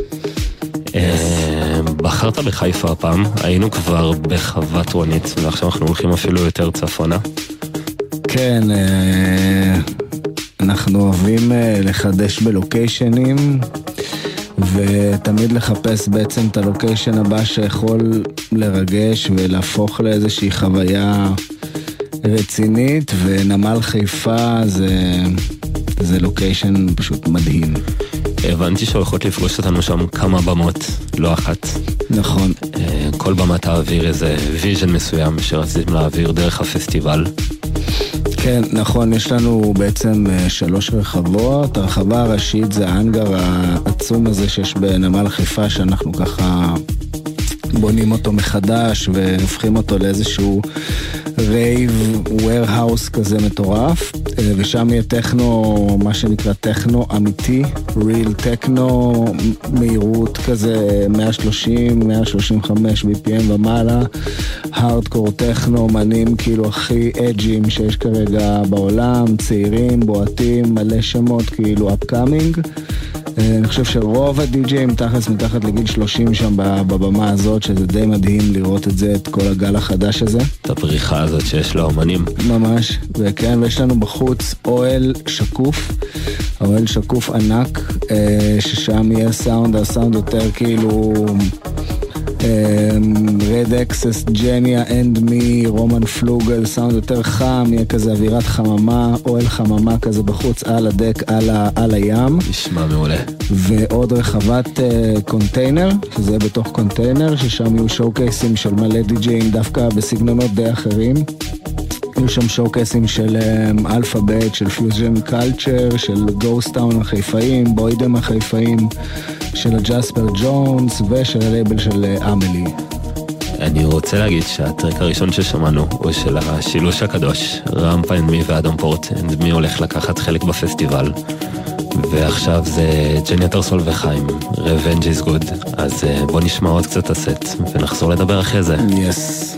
בחרת בחיפה הפעם, היינו כבר בחוות רונית, ועכשיו אנחנו הולכים אפילו יותר צפונה. כן, אנחנו אוהבים לחדש בלוקיישנים, ותמיד לחפש בעצם את הלוקיישן הבא שיכול לרגש ולהפוך לאיזושהי חוויה רצינית, ונמל חיפה זה, זה לוקיישן פשוט מדהים. הבנתי שהולכות לפגוש אותנו שם כמה במות, לא אחת. נכון. כל במה תעביר איזה ויז'ן מסוים שרציתם להעביר דרך הפסטיבל. כן, נכון, יש לנו בעצם שלוש רחבות. הרחבה הראשית זה האנגר העצום הזה שיש בנמל חיפה, שאנחנו ככה בונים אותו מחדש והופכים אותו לאיזשהו רייב ווירהאוס כזה מטורף, ושם יהיה טכנו, מה שנקרא טכנו אמיתי, ריל טכנו, מהירות כזה מאה שלושים מאה שלושים וחמש בי פי אם ומעלה, הארדקור טכנו, מנים כאילו הכי אג'ים שיש כרגע בעולם, צעירים, בועטים, מלא שמות כאילו אפקאמינג. אני חושב שרוב הדי-ג'יים תכלס מתחת לגיל שלושים שם בבמה הזאת, שזה די מדהים לראות את זה, את כל הגל החדש הזה. את הפריחה הזאת שיש לאומנים. ממש, וכן, ויש לנו בחוץ אוהל שקוף, אוהל שקוף ענק, ששם יהיה סאונד, הסאונד יותר כאילו רד אקסס, ג'ניה, אנד מי, רומן פלוגל, סאונד יותר חם, יהיה כזה אווירת חממה, אוהל חממה כזה בחוץ על הדק, על, ה, על הים. נשמע מעולה. ועוד רחבת uh, קונטיינר, שזה בתוך קונטיינר, ששם יהיו שואו-קייסים של מלא די-ג'יים דווקא בסגנונות די אחרים. יהיו שם שואו-קייסים של um, אלפאבית, של פיוז'ן קלצ'ר, של גוסטאון החיפאים, בוידם החיפאים, של הג'ספר ג'ונס ושל הלייבל של אמלי. אני רוצה להגיד שהטרק הראשון ששמענו הוא של השילוש הקדוש, רמפה אנד מי ואדם פורט, אנד מי הולך לקחת חלק בפסטיבל. ועכשיו זה ג'ניה טרסול וחיים, Revenge is good. אז בוא נשמע עוד קצת הסט ונחזור לדבר אחרי זה. Yes.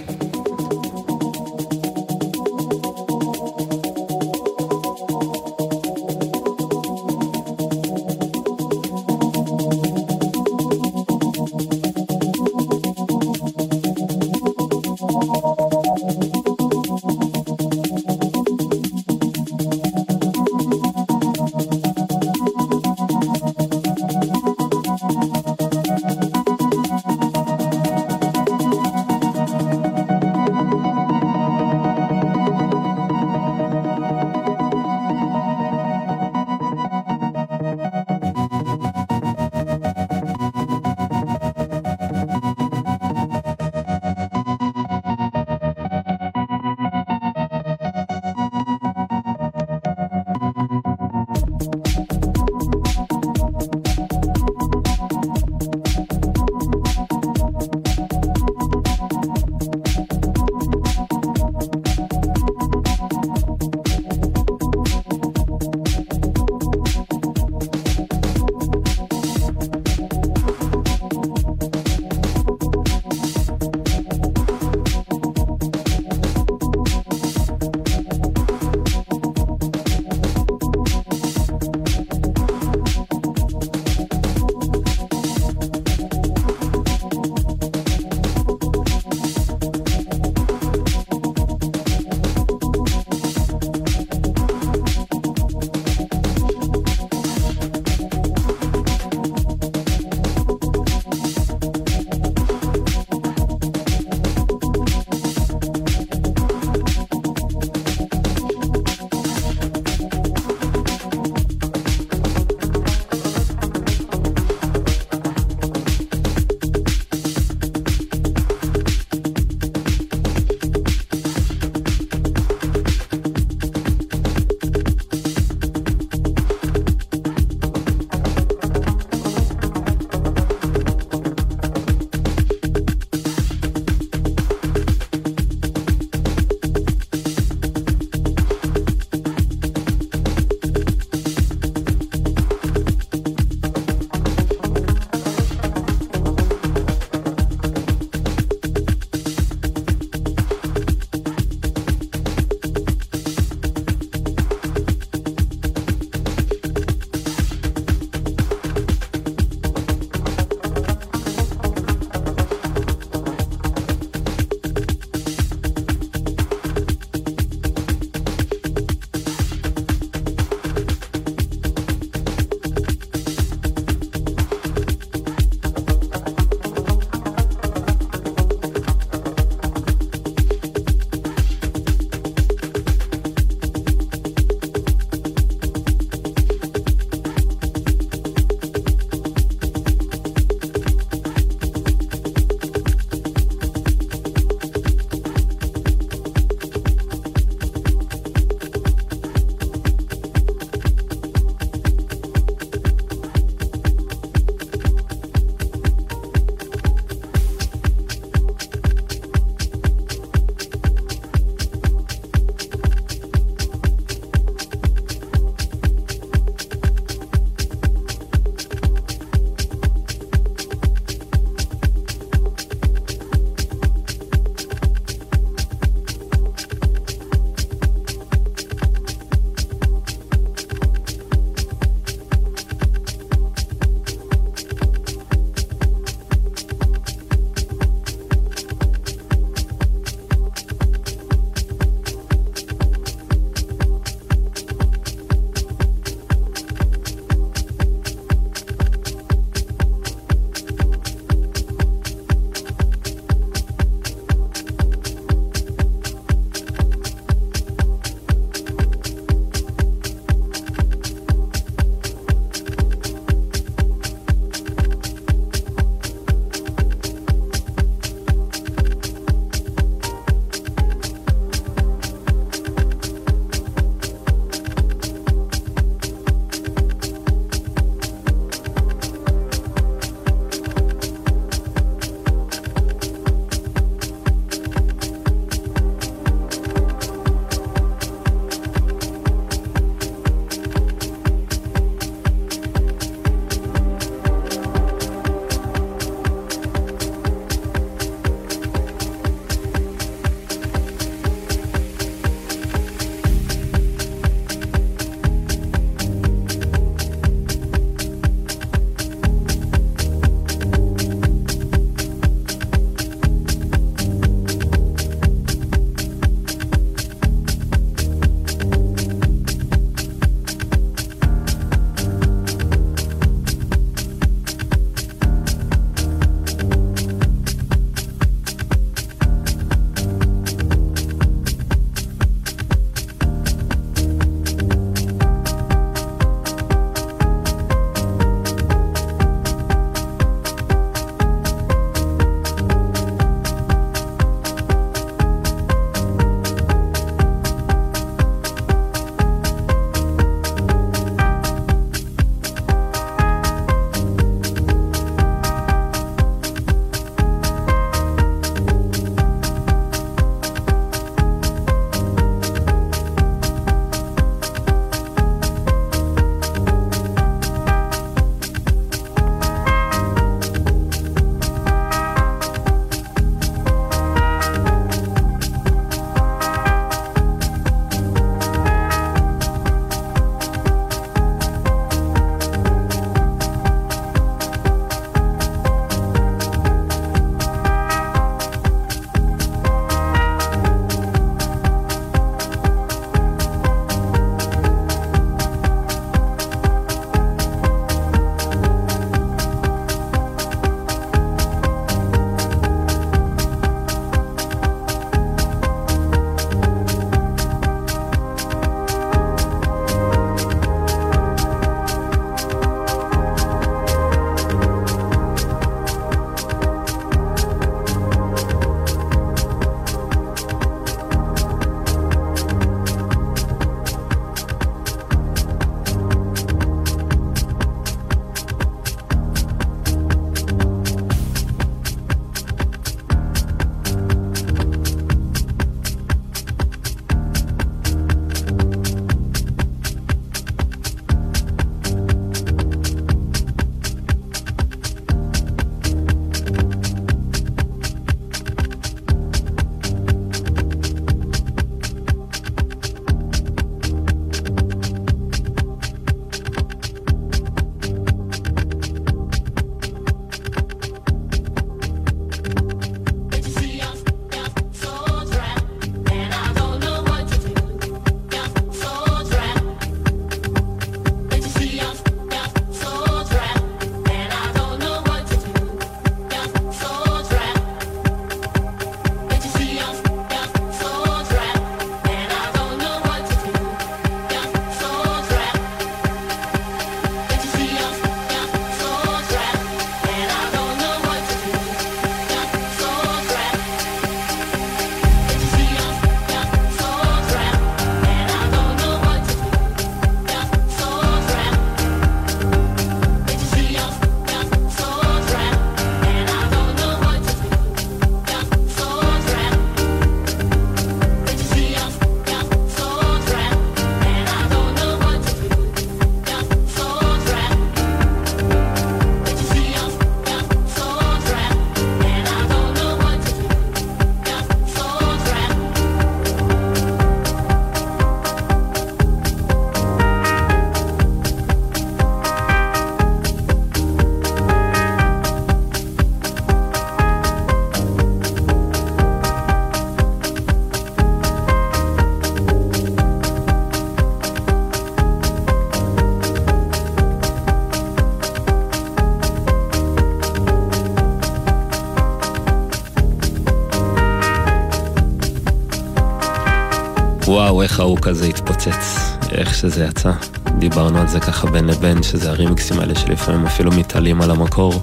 מאחוריך הוא כזה התפוצץ, איך שזה יצא. דיברנו על זה ככה בין לבין, שזה הרימיקסים האלה שלפעמים אפילו מתעלים על המקור.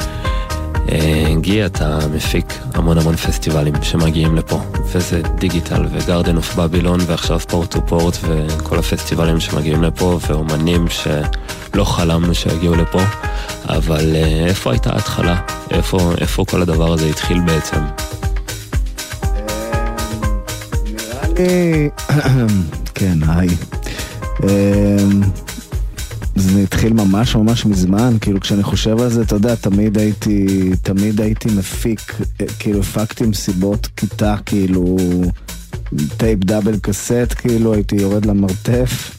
גי, אתה מפיק המון המון פסטיבלים שמגיעים לפה, וזה דיגיטל וגארדן אוף בבילון ועכשיו פורט טו פורט וכל הפסטיבלים שמגיעים לפה ואומנים שלא חלמנו שיגיעו לפה, אבל איפה הייתה ההתחלה? איפה, איפה כל הדבר הזה התחיל בעצם? נראה לי... כן, היי. זה התחיל ממש ממש מזמן, כאילו כשאני חושב על זה, אתה יודע, תמיד הייתי, תמיד הייתי מפיק, כאילו הפקתי מסיבות כיתה, כאילו טייפ דאבל קסט, כאילו הייתי יורד למרתף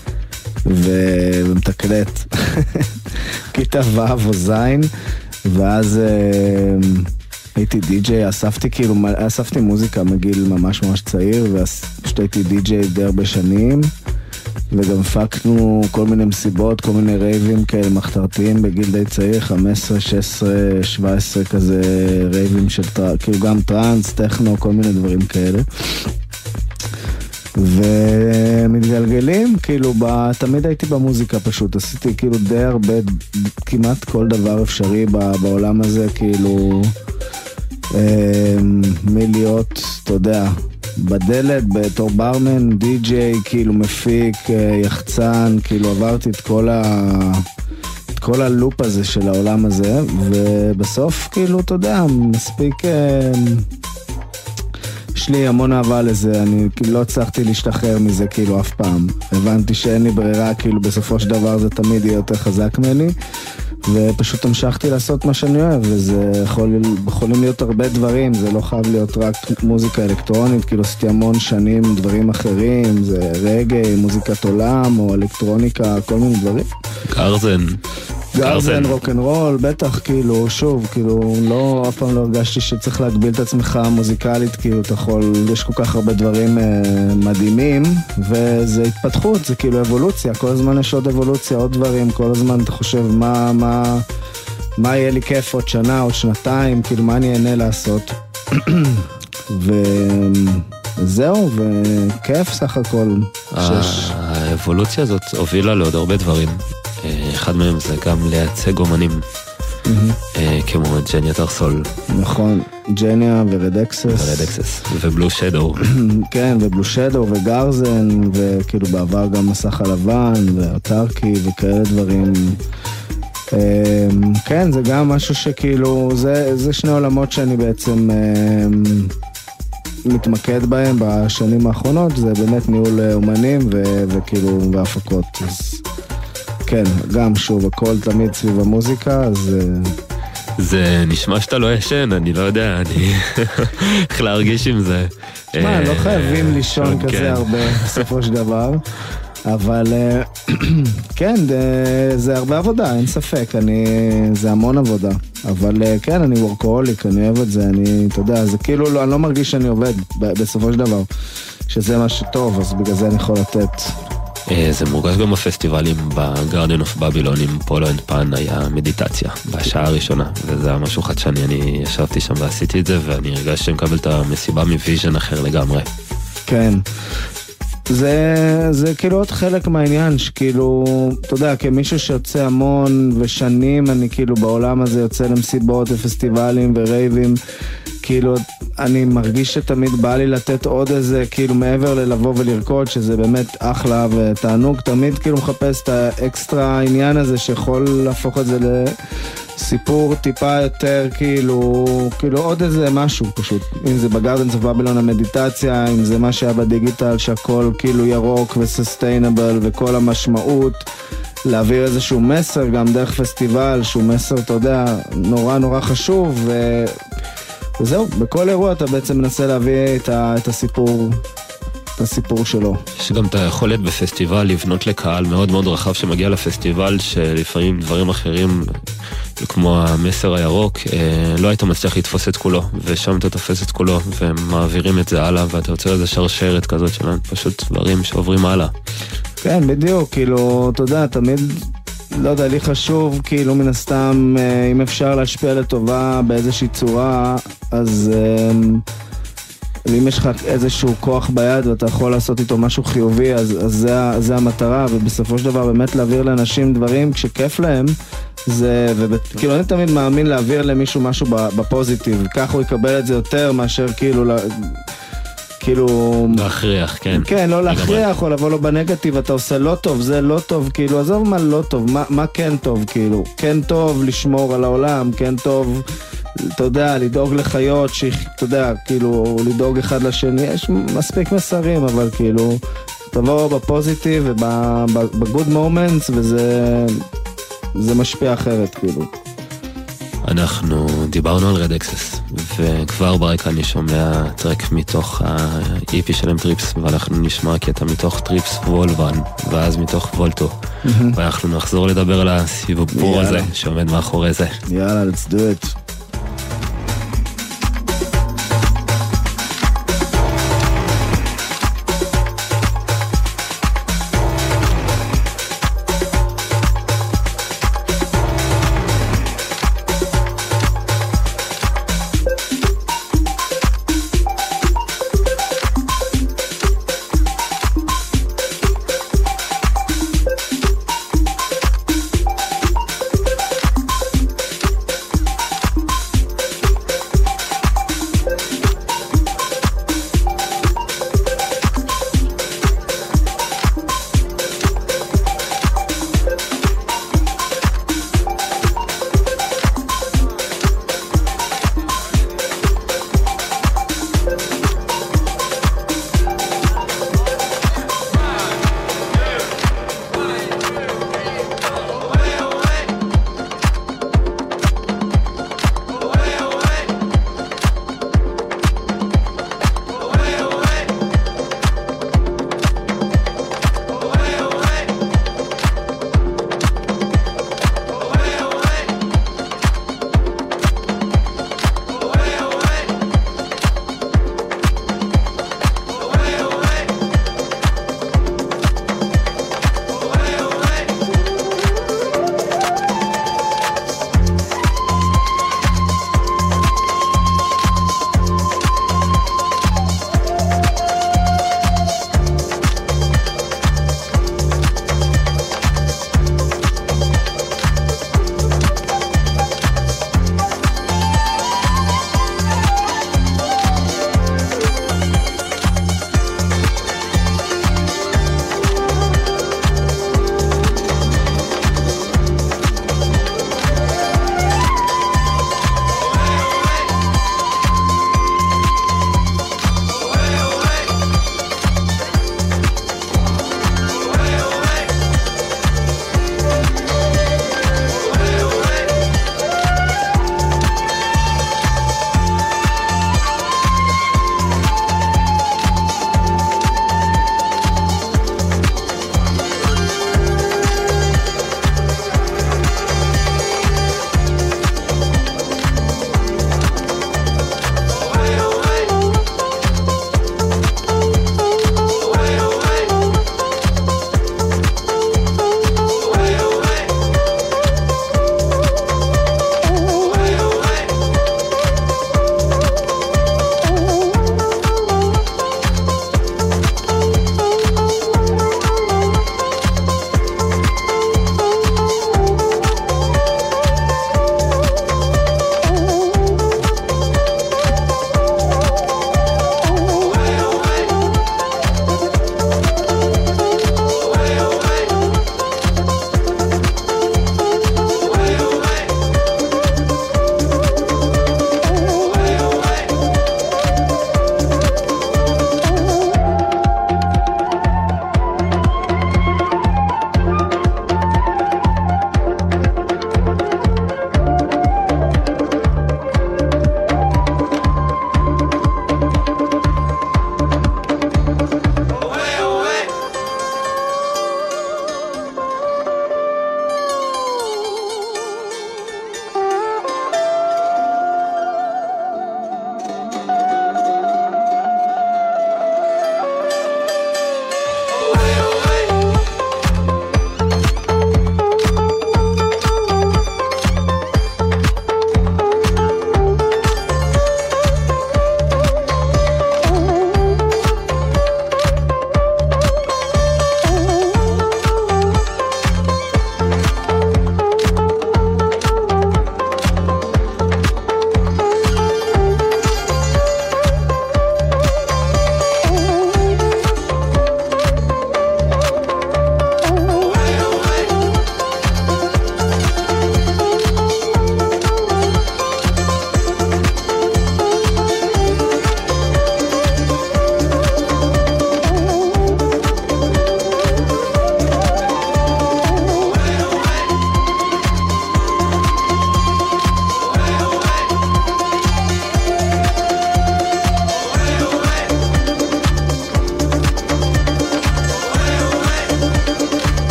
ומתקלט כיתה ו' או זין, ואז הייתי די-ג'יי, אספתי כאילו, אספתי מוזיקה מגיל ממש ממש צעיר, ופשוט הייתי די-ג'יי די הרבה שנים, וגם הפקנו כל מיני מסיבות, כל מיני רייבים כאלה מחתרתיים בגיל די צעיר, חמש עשרה, שש עשרה, שבע עשרה כזה רייבים של כאילו גם טרנס, טכנו, כל מיני דברים כאלה. ומתגלגלים, כאילו, ב... תמיד הייתי במוזיקה פשוט, עשיתי כאילו די הרבה, כמעט כל דבר אפשרי בעולם הזה, כאילו, מלהיות, אתה יודע, בדלת, בתור ברמן, די-ג'יי, כאילו מפיק, יחצן, כאילו עברתי את כל ה... את כל הלופ הזה של העולם הזה, ובסוף, כאילו, אתה יודע, מספיק... יש לי המון אהבה לזה, אני כאילו לא הצלחתי להשתחרר מזה כאילו אף פעם. הבנתי שאין לי ברירה, כאילו בסופו של דבר זה תמיד יהיה יותר חזק ממני, ופשוט המשכתי לעשות מה שאני אוהב, וזה יכול, יכולים להיות הרבה דברים, זה לא חייב להיות רק מוזיקה אלקטרונית, כאילו עשיתי המון שנים דברים אחרים, זה רגעי, מוזיקת עולם או אלקטרוניקה, כל מיני דברים. גרזן. גרזן, רוק'נ'רול, בטח, כאילו, שוב, כאילו, לא, אף פעם לא הרגשתי שצריך להגביל את עצמך מוזיקלית, כאילו, אתה יכול, יש כל כך הרבה דברים אה, מדהימים, וזה התפתחות, זה כאילו אבולוציה, כל הזמן יש עוד אבולוציה, עוד דברים, כל הזמן אתה חושב מה, מה, מה יהיה לי כיף עוד שנה, עוד שנתיים, כאילו, מה אני אענה לעשות. וזהו, וכיף סך הכל. האבולוציה הזאת הובילה לעוד הרבה דברים. אחד מהם זה גם לייצג אומנים כמו ג'ניה טרסול. נכון, ג'ניה ורדקסס ורדקסס ובלו שדו. כן, ובלו שדו וגרזן, וכאילו בעבר גם מסך הלבן ואוטרקי וכאלה דברים. כן, זה גם משהו שכאילו, זה שני עולמות שאני בעצם מתמקד בהם בשנים האחרונות, זה באמת ניהול אומנים וכאילו והפקות. אז כן, גם שוב, הכל תמיד סביב המוזיקה, אז... זה נשמע שאתה לא ישן, אני לא יודע, אני... איך להרגיש עם זה. מה, לא חייבים לישון כזה הרבה בסופו של דבר, אבל כן, זה הרבה עבודה, אין ספק, זה המון עבודה, אבל כן, אני וורקהוליק, אני אוהב את זה, אני, אתה יודע, זה כאילו, אני לא מרגיש שאני עובד בסופו של דבר, שזה מה שטוב, אז בגלל זה אני יכול לתת... זה מורגש גם בפסטיבלים בגארדן אוף בבילון עם פולו אנד פן, היה מדיטציה בשעה הראשונה, וזה היה משהו חדשני, אני ישבתי שם ועשיתי את זה, ואני הרגש שמקבל את המסיבה מוויז'ן אחר לגמרי. כן, זה, זה כאילו עוד חלק מהעניין, שכאילו, אתה יודע, כמישהו שיוצא המון ושנים, אני כאילו בעולם הזה יוצא למסיבות ופסטיבלים ורייבים, כאילו, אני מרגיש שתמיד בא לי לתת עוד איזה, כאילו, מעבר ללבוא ולרקוד, שזה באמת אחלה ותענוג, תמיד כאילו מחפש את האקסטרה העניין הזה, שיכול להפוך את זה לסיפור טיפה יותר, כאילו, כאילו עוד איזה משהו פשוט. אם זה בגארדנס אוף בבילון המדיטציה, אם זה מה שהיה בדיגיטל, שהכל כאילו ירוק וססטיינבל, וכל המשמעות, להעביר איזשהו מסר, גם דרך פסטיבל, שהוא מסר, אתה יודע, נורא נורא חשוב, ו... וזהו, בכל אירוע אתה בעצם מנסה להביא את, ה, את הסיפור, את הסיפור שלו. יש גם את היכולת בפסטיבל לבנות לקהל מאוד מאוד רחב שמגיע לפסטיבל, שלפעמים דברים אחרים, כמו המסר הירוק, לא היית מצליח לתפוס את כולו, ושם אתה תופס את כולו, ומעבירים את זה הלאה, ואתה יוצר איזה שרשרת כזאת שלנו, פשוט דברים שעוברים הלאה. כן, בדיוק, כאילו, אתה יודע, תמיד... לא יודע, לי חשוב, כאילו מן הסתם, אם אפשר להשפיע לטובה באיזושהי צורה, אז ואם יש לך איזשהו כוח ביד ואתה יכול לעשות איתו משהו חיובי, אז, אז זה, זה המטרה, ובסופו של דבר באמת להעביר לאנשים דברים כשכיף להם, זה, וכאילו אני תמיד מאמין להעביר למישהו משהו בפוזיטיב, כך הוא יקבל את זה יותר מאשר כאילו, כאילו... להכריח, כן. כן, לא להכריח, או לבוא לו בנגטיב, אתה עושה לא טוב, זה לא טוב, כאילו, עזוב מה לא טוב, מה, מה כן טוב, כאילו, כן טוב לשמור על העולם, כן טוב... אתה יודע, לדאוג לחיות, שאתה יודע, כאילו, לדאוג אחד לשני, יש מספיק מסרים, אבל כאילו, תבוא בפוזיטיב ובגוד מומנטס, וזה זה משפיע אחרת, כאילו. אנחנו דיברנו על רד אקסס, וכבר ברקע אני שומע טרק מתוך ה-אי פי שלהם טריפס, ואנחנו נשמע קטע מתוך טריפס וולוון, ואז מתוך וולטו, ואנחנו נחזור לדבר על הסיבוב הזה, שעומד מאחורי זה. יאללה, let's do it.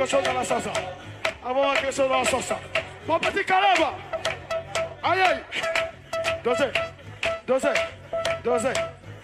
quelque chose dans la salsa. On va voir quelque chose dans la salsa. Mon petit caramba. Aïe aïe. Dosez. Dosez. Dosez.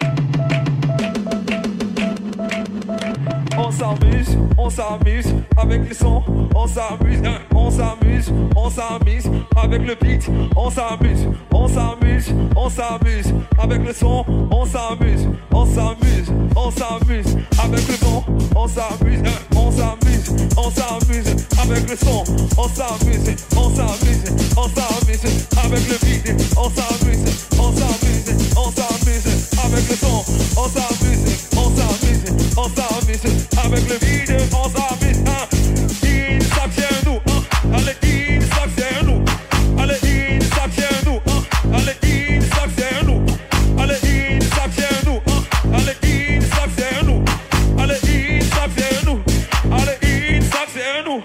On s'amuse, on s'amuse avec les sons, on s'amuse, hein, on s'amuse, on s'amuse avec le beat, on s'amuse, on s'amuse, on s'amuse avec le son, on s'amuse, on s'amuse, on s'amuse avec le son, on s'amuse, hein, on s'amuse, on s'amuse avec le son, on s'amuse, on s'amuse, on s'amuse avec le beat, on s'amuse, on s'amuse, on s'amuse avec le son, on s'amuse, on s'amuse, on s'amuse avec le vide, on s'amuse, hein. Il s'abstient nous, hein. Allez, il s'abstient nous. Allez, il s'abstient nous, hein. Allez, il s'abstient nous. Allez, il s'abstient nous, hein. Allez, il s'abstient nous. Allez, il s'abstient nous. Allez, il s'abstient nous.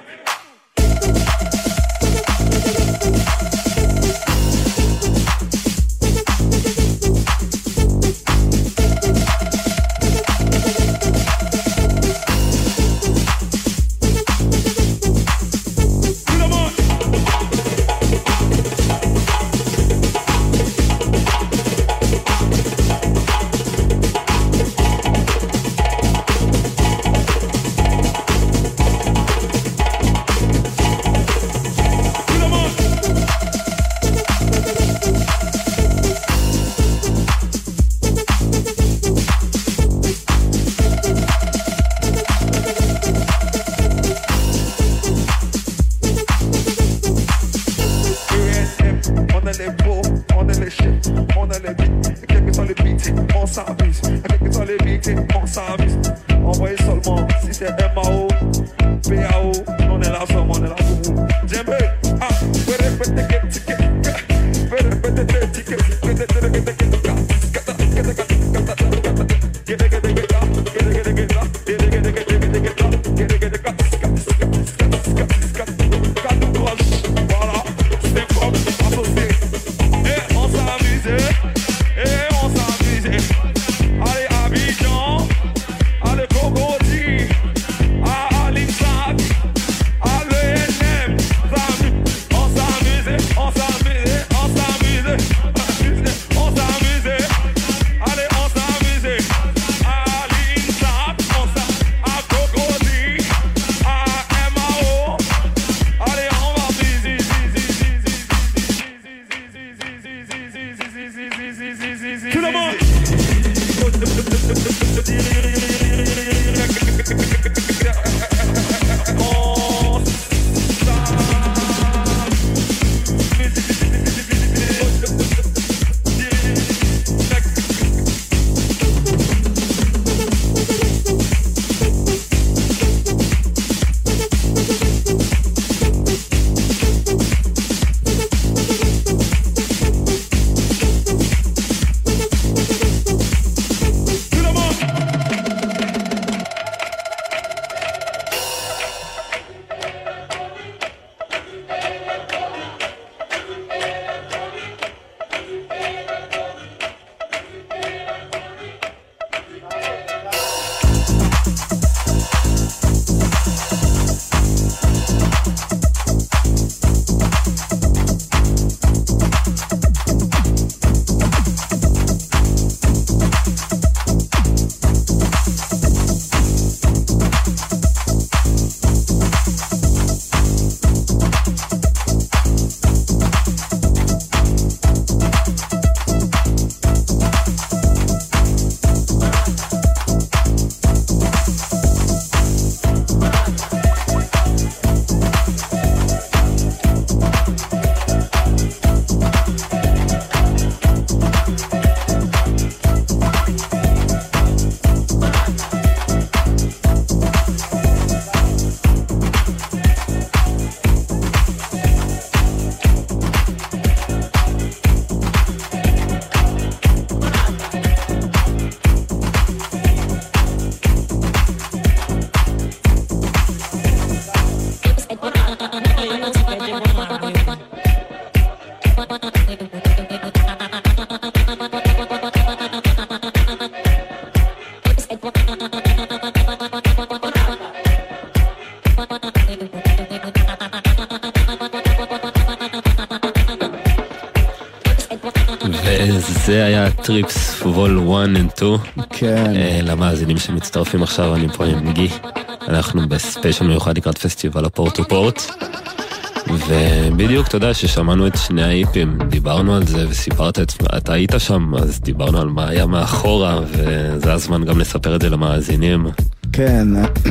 וזה היה טריפס וול אחת ו-שתיים. כן. למאזינים שמצטרפים עכשיו, אני פה עם גי. אנחנו בספיישל מיוחד לקראת פסטיבל הפורט טו פורט. ובדיוק, אתה יודע, ששמענו את שני האיפים, דיברנו על זה וסיפרת את, אתה היית שם, אז דיברנו על מה היה מאחורה, וזה הזמן גם לספר את זה למאזינים. כן,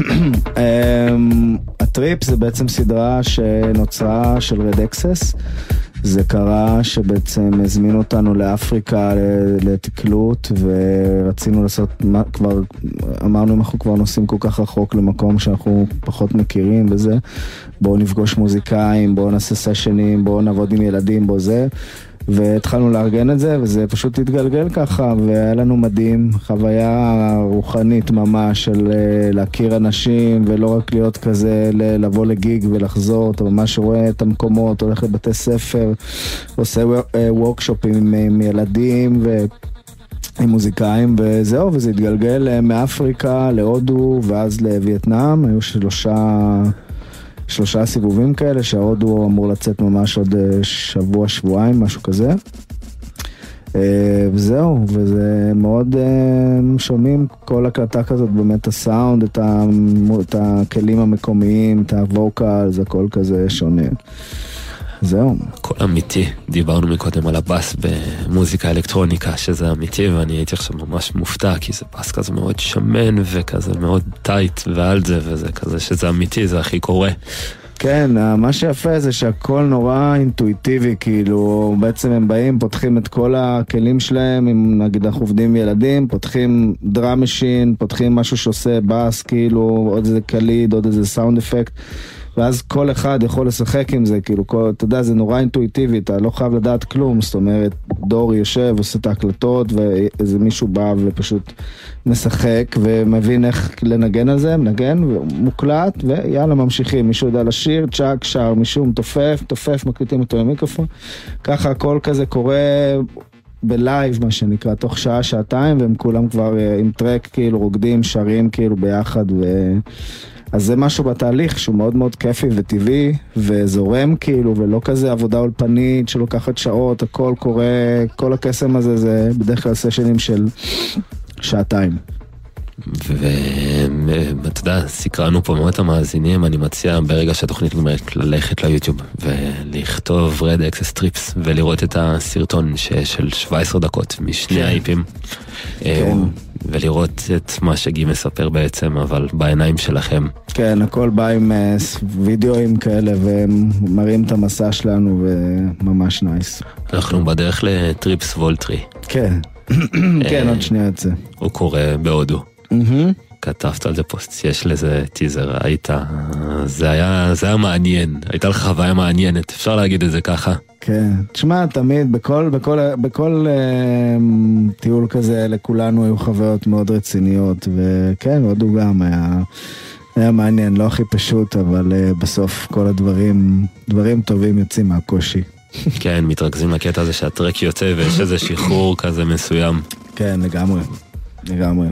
הטריפ זה בעצם סדרה שנוצרה של רד אקסס. זה קרה שבעצם הזמינו אותנו לאפריקה לתקלות, ורצינו לעשות, כבר אמרנו אם אנחנו כבר נוסעים כל כך רחוק למקום שאנחנו פחות מכירים וזה, בואו נפגוש מוזיקאים, בואו נעשה סשנים, בואו נעבוד עם ילדים, בואו זה, והתחלנו לארגן את זה, וזה פשוט התגלגל ככה, והיה לנו מדהים, חוויה רוחנית ממש של להכיר אנשים, ולא רק להיות כזה, לבוא לגיג ולחזור, אתה ממש רואה את המקומות, הולך לבתי ספר, עושה וורקשופים עם ילדים ועם מוזיקאים, וזהו, וזה התגלגל מאפריקה להודו, ואז לווייטנאם, היו שלושה... שלושה סיבובים כאלה, שההודו אמור לצאת ממש עוד שבוע, שבועיים, משהו כזה. וזהו, וזה מאוד שומעים כל הקלטה כזאת, באמת הסאונד, את, ה, את הכלים המקומיים, את הווקל, זה הכל כזה שונה. זהו. הכל אמיתי. דיברנו מקודם על הבאס במוזיקה אלקטרוניקה, שזה אמיתי, ואני הייתי עכשיו ממש מופתע, כי זה באס כזה מאוד שמן, וכזה מאוד טייט, ועל זה, וזה כזה שזה אמיתי, זה הכי קורה. כן, מה שיפה זה שהכל נורא אינטואיטיבי, כאילו בעצם הם באים, פותחים את כל הכלים שלהם, אם נגיד אנחנו עובדים עם ילדים, פותחים דראם משין, פותחים משהו שעושה באס, כאילו עוד איזה קליד, עוד איזה סאונד אפקט, ואז כל אחד יכול לשחק עם זה, כאילו, כל, אתה יודע, זה נורא אינטואיטיבי, אתה לא חייב לדעת כלום, זאת אומרת, דור יושב, עושה את ההקלטות, ואיזה מישהו בא ופשוט משחק, ומבין איך לנגן על זה, מנגן, ומוקלט, ויאללה, ממשיכים, מישהו יודע לשיר, צ'אק, שר, מישהו מתופף, תופף, מקליטים אותו למיקרופון, ככה הכל כזה קורה בלייב, מה שנקרא, תוך שעה, שעתיים, והם כולם כבר עם טרק, כאילו, רוקדים, שרים, כאילו, ביחד, ו... אז זה משהו בתהליך שהוא מאוד מאוד כיפי וטבעי וזורם כאילו, ולא כזה עבודה אולפנית שלוקחת שעות, הכל קורה, כל הקסם הזה זה בדרך כלל סשנים של שעתיים. ואתה יודע, סקרנו פה מאוד המאזינים, אני מציע ברגע שהתוכנית נגמרת ללכת ליוטיוב ולכתוב רד אקסס טריפס ולראות את הסרטון של שבע עשרה דקות משני האיפים ולראות את מה שגי מספר בעצם, אבל בעיניים שלכם. כן, הכל בא עם וידאוים כאלה ומראים את המסע שלנו וממש נייס. אנחנו בדרך לטריפס וולטרי. כן, כן, עוד שנייה יוצא. הוא קורא בהודו. כתבת על זה פוסט, יש לזה טיזר, היית, זה היה, זה היה מעניין, הייתה לך חוויה מעניינת, אפשר להגיד את זה ככה. כן, תשמע, תמיד, בכל, בכל, בכל אה, טיול כזה, לכולנו היו חוויות מאוד רציניות, וכן, הודו גם היה, היה מעניין, לא הכי פשוט, אבל אה, בסוף כל הדברים, דברים טובים יוצאים מהקושי. כן, מתרכזים לקטע הזה שהטרק יוצא ויש איזה שחרור כזה מסוים. כן, לגמרי, לגמרי.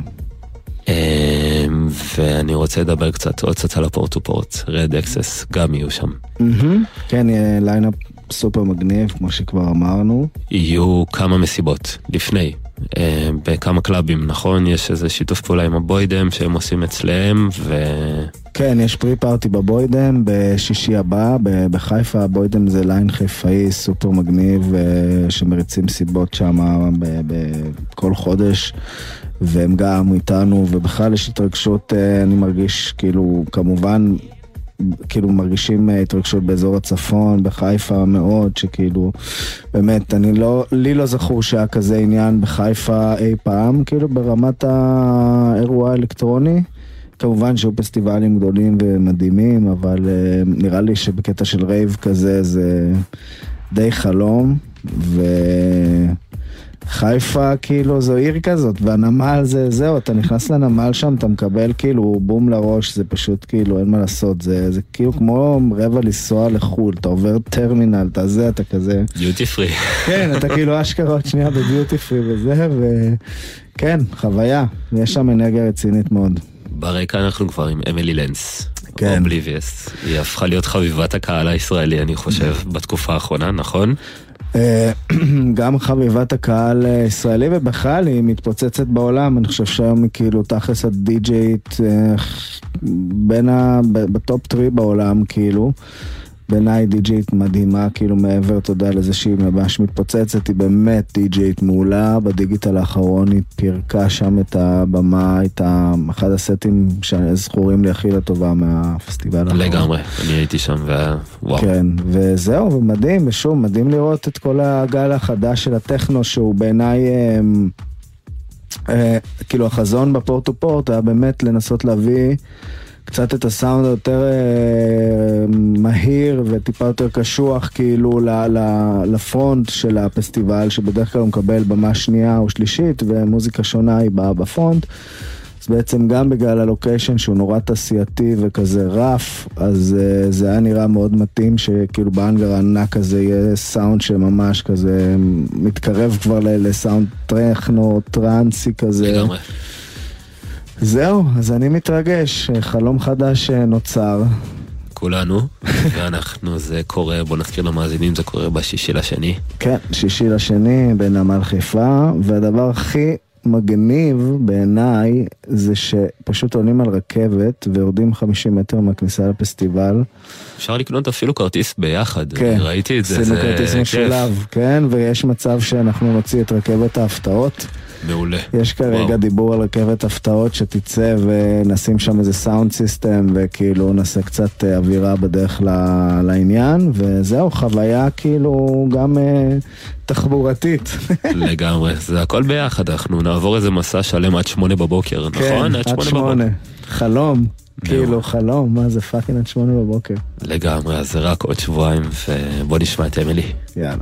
ואני רוצה לדבר קצת, עוד קצת על הפורט טו פורט, רד אקסס, גם יהיו שם. כן, יהיה ליינאפ סופר מגניב, כמו שכבר אמרנו. יהיו כמה מסיבות, לפני, בכמה קלאבים, נכון? יש איזה שיתוף פעולה עם הבוידם שהם עושים אצלהם, ו... כן, יש פרי פארטי בבוידם בשישי הבא, בחיפה. הבוידם זה ליין חיפאי סופר מגניב, שמריצים סיבות שם בכל חודש, והם גם איתנו, ובכלל יש התרגשות, אני מרגיש כאילו, כמובן, כאילו מרגישים התרגשות באזור הצפון, בחיפה מאוד, שכאילו, באמת, אני לא, לי לא זכור שהיה כזה עניין בחיפה אי פעם, כאילו ברמת האירוע האלקטרוני, כמובן שהיו פסטיבלים גדולים ומדהימים, אבל uh, נראה לי שבקטע של רייב כזה זה די חלום, וחיפה כאילו זו עיר כזאת, והנמל זה, זהו, אתה נכנס לנמל שם, אתה מקבל כאילו בום לראש, זה פשוט כאילו אין מה לעשות, זה, זה כאילו כמו רבע לנסוע לחול, אתה עובר טרמינל, אתה זה, אתה כזה... דיוטי פרי. כן, אתה כאילו אשכרות שנייה בדיוטי פרי וזה, וכן, חוויה, יש שם אנרגיה רצינית מאוד. ברקע אנחנו כבר עם אמילי לנס. כן. Oblivious. היא הפכה להיות חביבת הקהל הישראלי, אני חושב, בתקופה האחרונה, נכון? גם חביבת הקהל הישראלי, ובכלל היא מתפוצצת בעולם. אני חושב שהיום היא כאילו תכלס הדי-ג'יית בין ה... בטופ טרי בעולם, כאילו. בעיניי די-ג'יית מדהימה, כאילו מעבר, תודה לזה שהיא ממש מתפוצצת, היא באמת די-ג'יית מעולה. בדיגיטל האחרון היא פירקה שם את הבמה, את אחד הסטים שזכורים לי הכי לטובה מהפסטיבל האחרון. לגמרי, אני הייתי שם ווואו. כן, וזהו, ומדהים, ושוב, מדהים לראות את כל הגל החדש של הטכנו, שהוא בעיניי, אה, אה, כאילו החזון בפורט טו פורט היה באמת לנסות להביא קצת את הסאונד יותר אה, מהיר וטיפה יותר קשוח כאילו ל, ל, לפרונט של הפסטיבל, שבדרך כלל הוא מקבל במה שנייה או שלישית ומוזיקה שונה היא באה בפרונט. אז בעצם גם בגלל הלוקיישן שהוא נורא תעשייתי וכזה רף, אז אה, זה היה נראה מאוד מתאים שכאילו באנגר הענק הזה יהיה סאונד שממש כזה מתקרב כבר לסאונד טכנו, טרנסי כזה. לגמרי. זהו, אז אני מתרגש, חלום חדש נוצר. כולנו, ואנחנו, זה קורה, בוא נזכיר למאזינים, זה קורה בשישי לשני. כן, שישי לשני בנמל חיפה, והדבר הכי מגניב בעיניי זה שפשוט עולים על רכבת ויורדים חמישים מטר מהכניסה לפסטיבל. אפשר לקנות אפילו כרטיס ביחד, כן, ראיתי את זה, עשינו כרטיס משולב, כן, ויש מצב שאנחנו נוציא את רכבת ההפתעות. מעולה. יש כרגע וואו. דיבור על רכבת הפתעות שתצא ונשים שם איזה סאונד סיסטם וכאילו נעשה קצת אווירה בדרך לעניין, וזהו, חוויה כאילו גם אה, תחבורתית. לגמרי, זה הכל ביחד, אנחנו נעבור איזה מסע שלם עד שמונה בבוקר, כן, נכון? עד שמונה, שמונה. חלום, כאילו חלום, מה זה פאקינג עד שמונה בבוקר. לגמרי, אז זה רק עוד שבועיים, ובוא נשמע את אמילי. יאללה.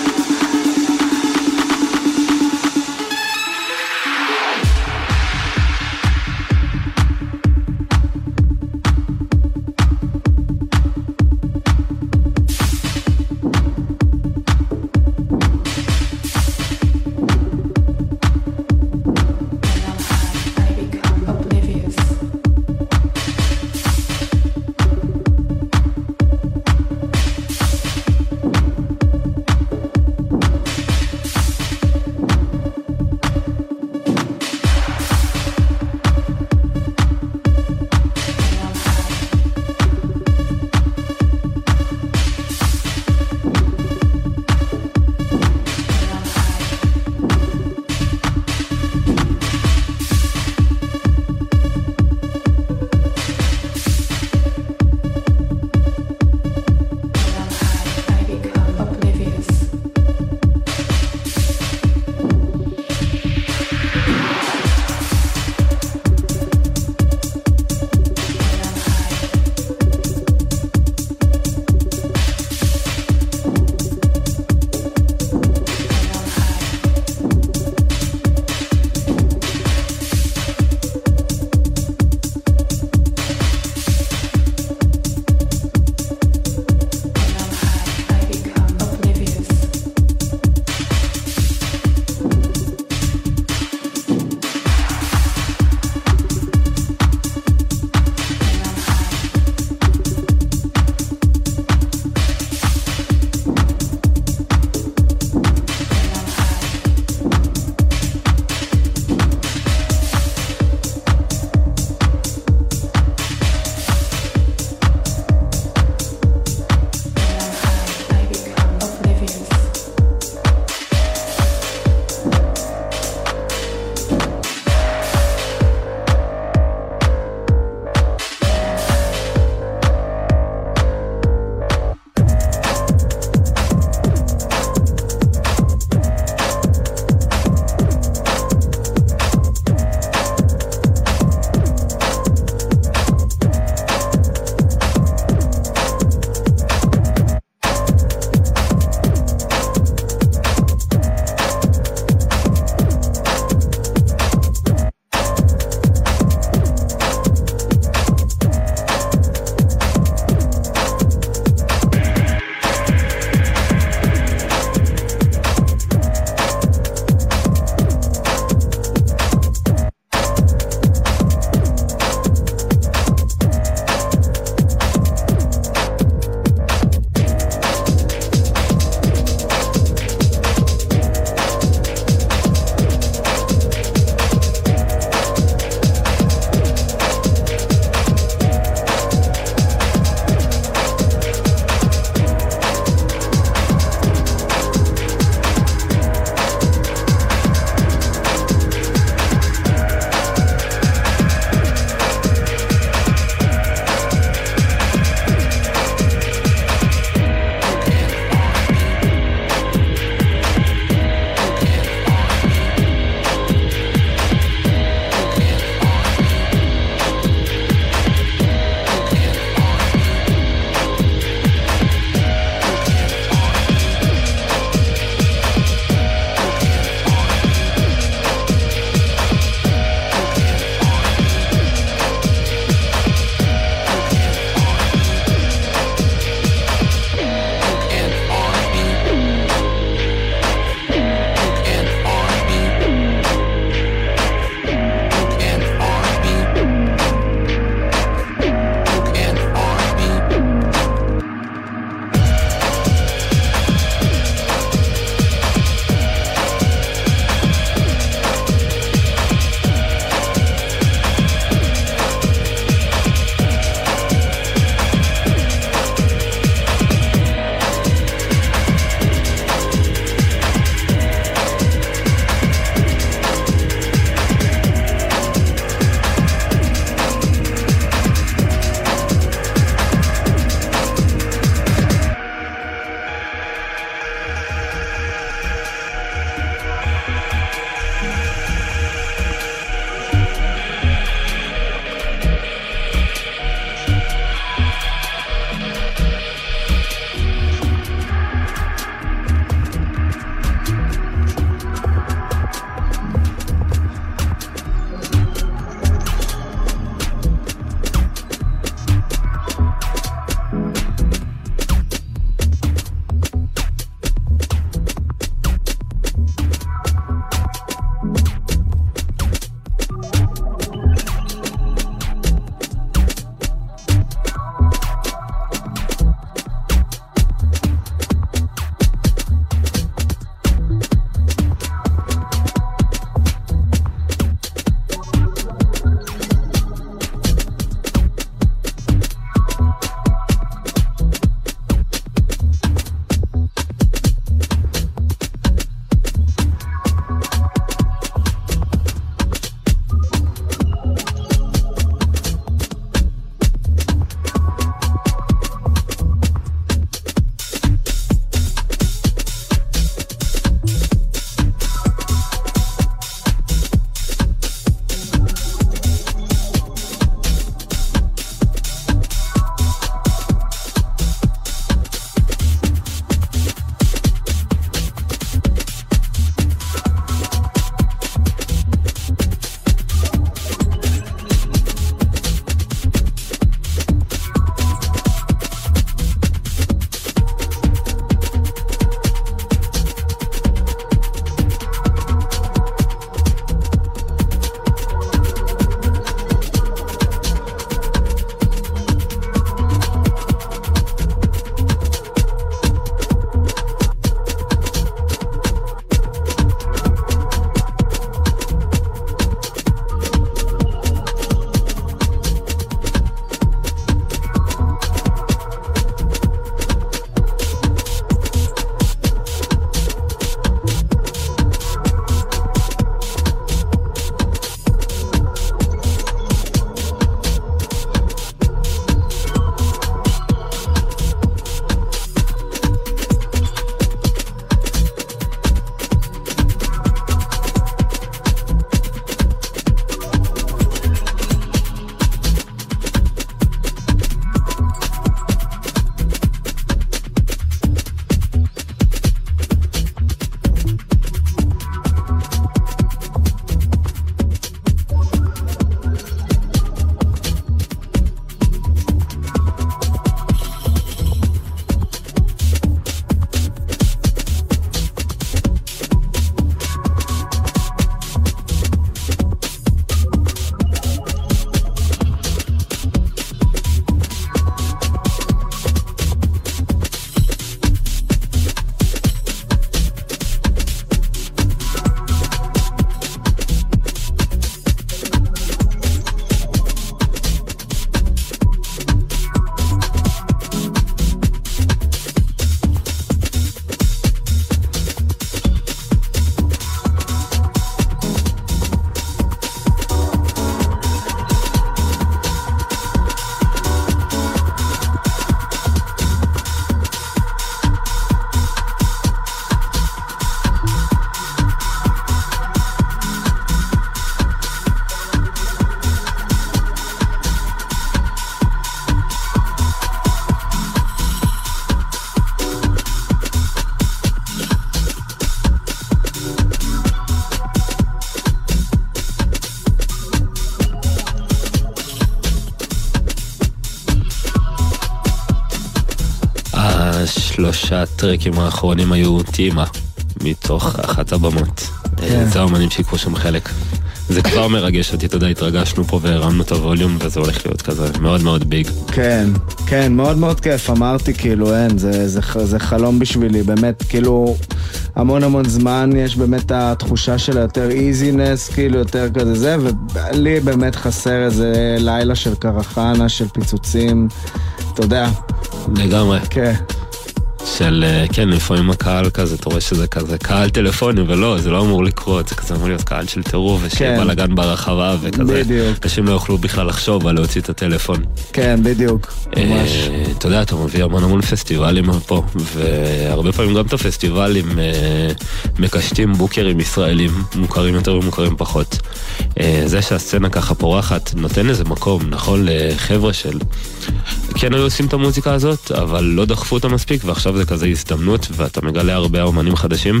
השלושה טרקים האחרונים היו תימה, מתוך אחת הבמות. זה האמנים שיקחו שם חלק. זה כבר מרגש אותי, אתה יודע, התרגשנו פה והרמנו את הווליום, וזה הולך להיות כזה מאוד מאוד ביג. כן, כן, מאוד מאוד כיף, אמרתי כאילו, אין, זה, זה, זה חלום בשבילי, באמת, כאילו, המון המון זמן, יש באמת התחושה של יותר איזינס, כאילו, יותר כזה זה, ולי באמת חסר איזה לילה של קרחנה, של פיצוצים, אתה יודע. לגמרי. כן. של, כן, לפעמים הקהל כזה, אתה רואה שזה כזה קהל טלפוני, ולא, זה לא אמור לקרות, זה כזה אמור להיות קהל של טירוף, ושיהיה בלגן ברחבה, וכזה, אנשים לא יוכלו בכלל לחשוב על להוציא את הטלפון. כן, בדיוק, ממש. אתה יודע, אתה מביא המון המון פסטיבלים פה, והרבה פעמים גם את הפסטיבלים מקשטים בוקרים ישראלים, מוכרים יותר ומוכרים פחות. זה שהסצנה ככה פורחת, נותן איזה מקום, נכון, לחבר'ה של... כן היו עושים את המוזיקה הזאת, אבל לא דחפו אותה מספיק, ועכשיו זה כזה הזדמנות, ואתה מגלה הרבה אומנים חדשים?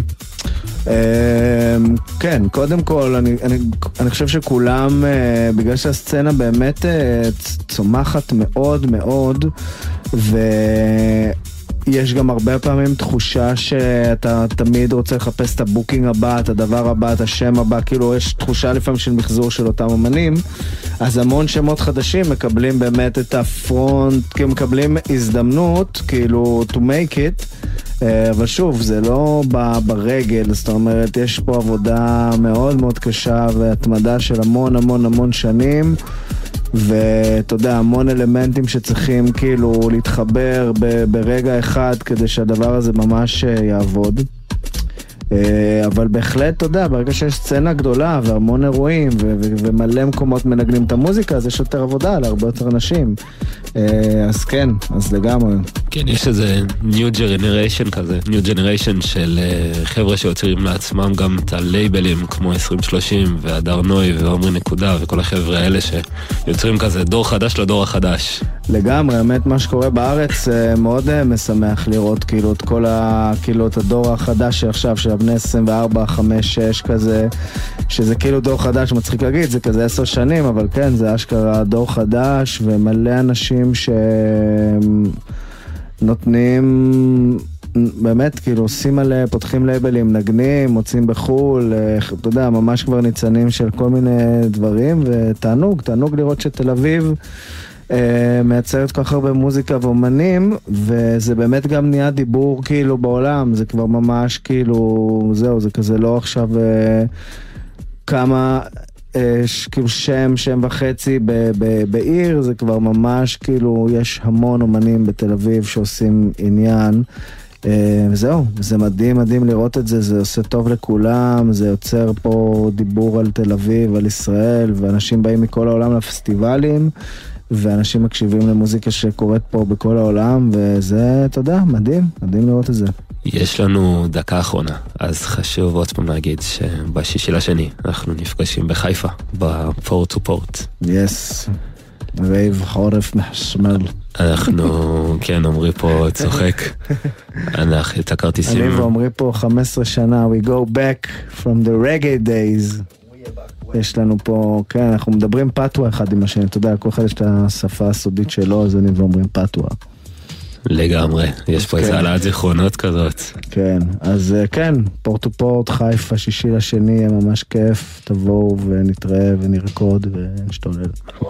כן, קודם כל, אני, אני, אני חושב שכולם, בגלל שהסצנה באמת צומחת מאוד מאוד, ו... יש גם הרבה פעמים תחושה שאתה תמיד רוצה לחפש את הבוקינג הבא, את הדבר הבא, את השם הבא, כאילו יש תחושה לפעמים של מחזור של אותם אמנים, אז המון שמות חדשים מקבלים באמת את הפרונט, כאילו מקבלים הזדמנות, כאילו to make it, אבל שוב, זה לא ברגל, זאת אומרת, יש פה עבודה מאוד מאוד קשה והתמדה של המון המון המון שנים, ואתה יודע, המון אלמנטים שצריכים כאילו להתחבר ברגע אחד כדי שהדבר הזה ממש יעבוד. אבל בהחלט, אתה יודע, ברגע שיש סצנה גדולה והמון אירועים ומלא מקומות מנגנים את המוזיקה, אז יש יותר עבודה להרבה יותר אנשים. אז כן, אז לגמרי. כן, יש איזה New Generation כזה, New Generation של חבר'ה שיוצרים לעצמם גם את הלייבלים כמו עשרים שלושים והדר נוי ועומרי נקודה וכל החבר'ה האלה שיוצרים כזה דור חדש לדור החדש. לגמרי, האמת מה שקורה בארץ מאוד משמח לראות כאילו את כל ה... כאילו את הדור החדש שעכשיו של בני עשרים וארבע, חמש, שש כזה, שזה כאילו דור חדש, מצחיק להגיד, זה כזה עשר שנים, אבל כן, זה אשכרה דור חדש ומלא אנשים שנותנים באמת, כאילו עושים עליה, פותחים לייבלים, נגנים, מוצאים בחול, אתה יודע, ממש כבר ניצנים של כל מיני דברים, ותענוג, תענוג לראות שתל אביב מייצרת כל כך הרבה מוזיקה ואומנים, וזה באמת גם נהיה דיבור כאילו בעולם, זה כבר ממש כאילו, זהו, זה כזה לא עכשיו כמה, כאילו שם, שם וחצי ב- ב- בעיר, זה כבר ממש כאילו, יש המון אומנים בתל אביב שעושים עניין, וזהו, זה מדהים, מדהים לראות את זה, זה עושה טוב לכולם, זה יוצר פה דיבור על תל אביב, על ישראל, ואנשים באים מכל העולם לפסטיבלים, ואנשים מקשיבים למוזיקה שקורית פה בכל העולם, וזה, אתה יודע, מדהים, מדהים לראות את זה. יש לנו דקה אחרונה, אז חשוב עוד פעם להגיד שבשישי לשני אנחנו נפגשים בחיפה, בפורט טו פורט. יס, רייב חורף מחשמל. אנחנו, כן, אומרי פה צוחק, אנחנו את הכרטיסים. אני ואומרי פה חמש עשרה שנה, we go back from the reggae days. יש לנו פה, כן, אנחנו מדברים פתווה אחד עם השני, אתה יודע, כל אחד יש את השפה הסודית שלו, אז אני ואומרים פתווה. לגמרי, יש פה איזה העלאת זיכרונות כזאת. כן, אז כן, פורט טו פורט, חיפה, שישי לשני, יהיה ממש כיף, תבואו ונתראה ונרקוד ונשתולל.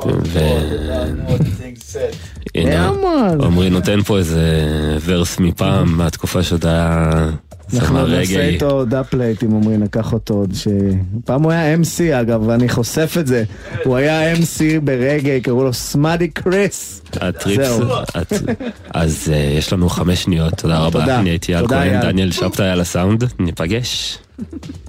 הנה, עומרי נותן פה איזה ורס מפעם, מהתקופה שעוד היה... אנחנו נעשה איתו דאפלייט אם אומרים, נקח אותו עוד ש... פעם הוא היה אם סי אגב, ואני חושף את זה. הוא היה אם סי ברגעי, קראו לו סמאדי קריס. הטריפס. אז יש לנו חמש שניות, תודה רבה. אני הייתי אל כהן, דניאל שבתאי על הסאונד, ניפגש.